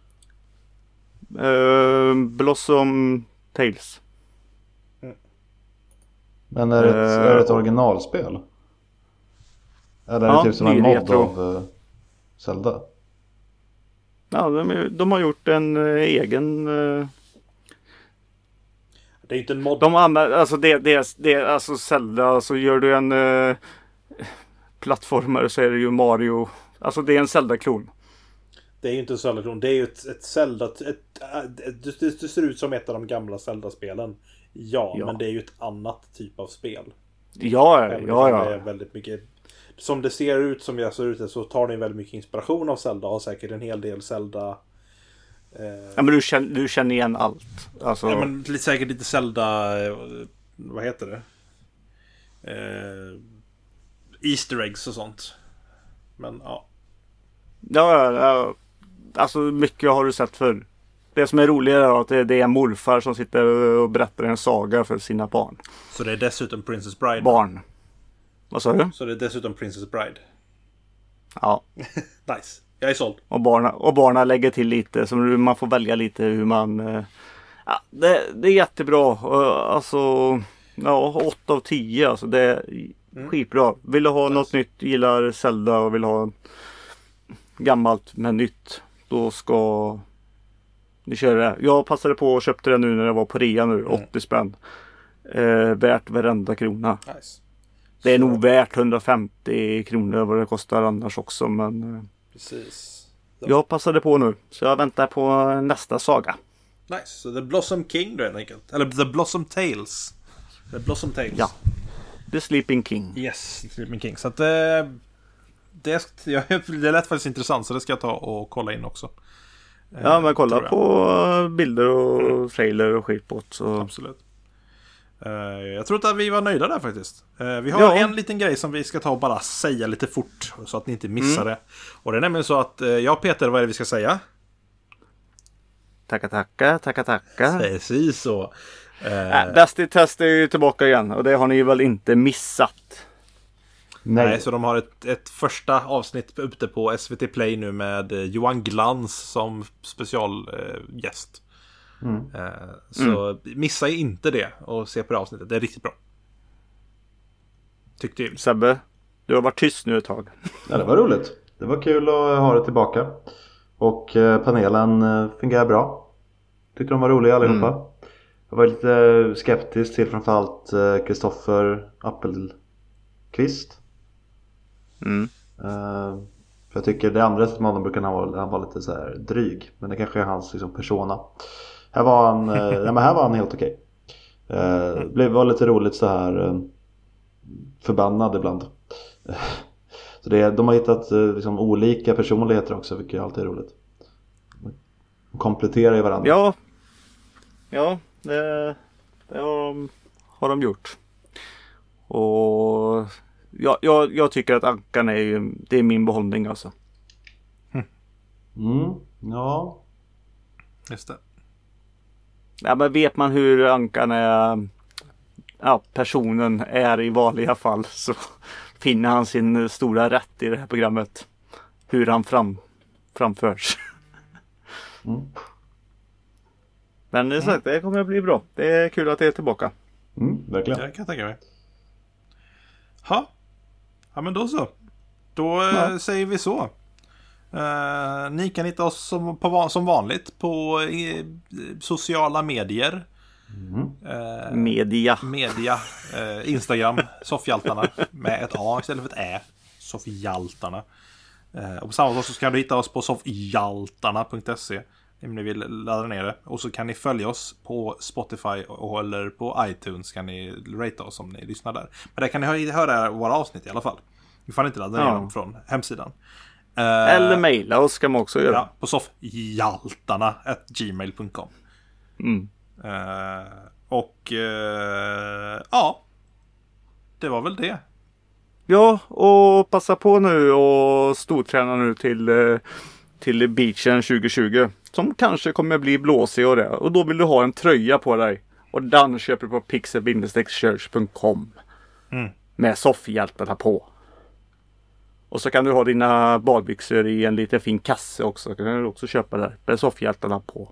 Uh, Blossom Tales. Mm. Men är det, ett, uh, är det ett originalspel? Eller är det ja, typ som en mod av uh, Zelda? Ja, de, de har gjort en uh, egen... Uh, det är inte en mod. De använder, alltså det, det, det alltså Zelda, så gör du en uh, plattformare så är det ju Mario. Alltså det är en Zelda-klon. Det är ju inte en Zelda-klon, det är ju ett, ett Zelda, ett, ett, ett, det, det ser ut som ett av de gamla Zelda-spelen. Ja, ja, men det är ju ett annat typ av spel. Ja, ja, ja. Det är väldigt mycket, som det ser ut, som jag ser ut så tar ni väldigt mycket inspiration av Zelda och säkert en hel del Zelda. Eh... Ja, men du känner, du känner igen allt. Alltså... Ja, men lite, säkert lite Zelda, vad heter det? Eh... Easter eggs och sånt. Men ja. Ja, ja, alltså mycket har du sett för. Det som är roligare är att det, det är en morfar som sitter och berättar en saga för sina barn. Så det är dessutom Princess Bride? Barn. Vad sa du? Så det är dessutom Princess Bride? Ja. Nice. Jag är såld. Och barna, och barna lägger till lite. Så man får välja lite hur man... Ja, det, det är jättebra. Alltså... Ja, åtta av tio. Alltså det är mm. skitbra. Vill du ha nice. Något nytt, gillar Zelda och vill ha gammalt men nytt, då ska Ni kör det. Jag passade på och köpte det nu när det var på rea nu. åttio spänn. Eh, värt varenda krona. Nice. Det är Så. nog värt hundrafemtio kronor vad det kostar annars också. Men eh, Precis. jag passade på nu. Så jag väntar på nästa saga. Nice. Så The Blossom King då helt enkelt. Eller The Blossom Tales. The Blossom Tales. Ja. The Sleeping King. Yes, The Sleeping King. Så att eh, det, ja, det lät faktiskt intressant. Så det ska jag ta och kolla in också. Eh, Ja, men kolla tror jag. på bilder och trailer och skit på det, så. Absolut. Uh, jag tror att vi var nöjda där faktiskt. Uh, vi har Ja. en liten grej som vi ska ta och bara säga lite fort. Så att ni inte missar mm. det. Och det är nämligen så att uh, jag och Peter, vad är det vi ska säga? Tacka, tacka, tacka, tacka. Precis så. Uh, äh, Bäst i test är ju tillbaka igen. Och det har ni väl inte missat. Nej. Nej, så de har ett, ett första avsnitt ute på S V T Play nu med uh, Johan Glans som specialgäst. Uh, mm. uh, så mm. missa inte det och se på det avsnittet. Det är riktigt bra. Tyckte jag. Sebbe, du har varit tyst nu ett tag. Ja, det var roligt. Det var kul att ha det tillbaka. Och eh, panelen eh, fungerar bra. Tyckte de var roliga allihopa. Mm. Jag var lite skeptisk till framförallt Kristoffer eh, Appelqvist. Mm. Eh, för jag tycker det andra som han brukar ha, han var lite så här dryg. Men det kanske är hans liksom, persona. Här var han, eh, ja, men här var han helt okej. Eh, det var lite roligt så här eh, förbannad ibland. Så det, de har hittat eh, liksom, olika personligheter också, vilket alltid är roligt. De kompletterar ju varandra. Ja, ja det, det har, har de gjort. Och ja, jag, jag tycker att Ankan är ju, det är min behållning alltså. Mm, ja. Just det. Ja, men vet man hur Ankan är, ja, personen är i vanliga fall, så finner han sin stora rätt i det här programmet. Hur han fram, framförs. Mm. Men det är sagt, det kommer att bli bra. Det är kul att det är tillbaka. Mm, verkligen. Jag kan tänka mig. Ha. Ja, men då så. Då ja. äh, säger vi så. Uh, ni kan hitta oss som, på, som vanligt på i, sociala medier. Mm. Uh, Media. Media. Uh, Instagram. Soffhjaltarna. Med ett A istället för ett Ä. Soffhjaltarna. Uh, och på samma sätt så kan du hitta oss på soffhjaltarna punkt se om ni vill ladda ner det. Och så kan ni följa oss på Spotify och, eller på iTunes kan ni rata oss om ni lyssnar där. Men där kan ni höra våra avsnitt i alla fall. Vi får inte ladda ner ja. dem från hemsidan. Eller mejla oss kan man också göra. Ja, på soffhjaltarna at gmail punkt com. Mm. Uh, och uh, ja, det var väl det. Ja, och passa på nu och storträna nu till, till beachen tjugo tjugo. Som kanske kommer bli blåsig och det. Och då vill du ha en tröja på dig. Och den köper du på pixel church punkt com. Mm. Med soffhjältarna på. Och så kan du ha dina badbyxor i en liten fin kasse också. Kan du också köpa där. Med soffhjältarna på.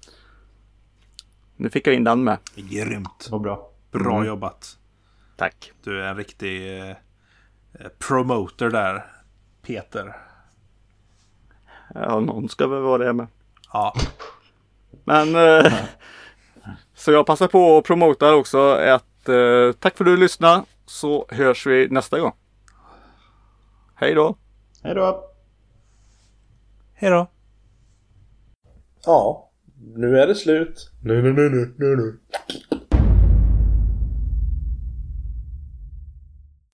Nu fick jag in den med. Grymt. Vad bra. Bra Mm. jobbat. Tack. Du är en riktig eh, promoter där, Peter. Ja, någon ska väl vara det med. Ja. Men eh, så jag passar på att promota också att eh, tack för att du lyssnade, så hörs vi nästa gång. Hej då. Hej då. Hej då. Ja, nu är det slut. Nu, nu, nu, nu, nu, nu.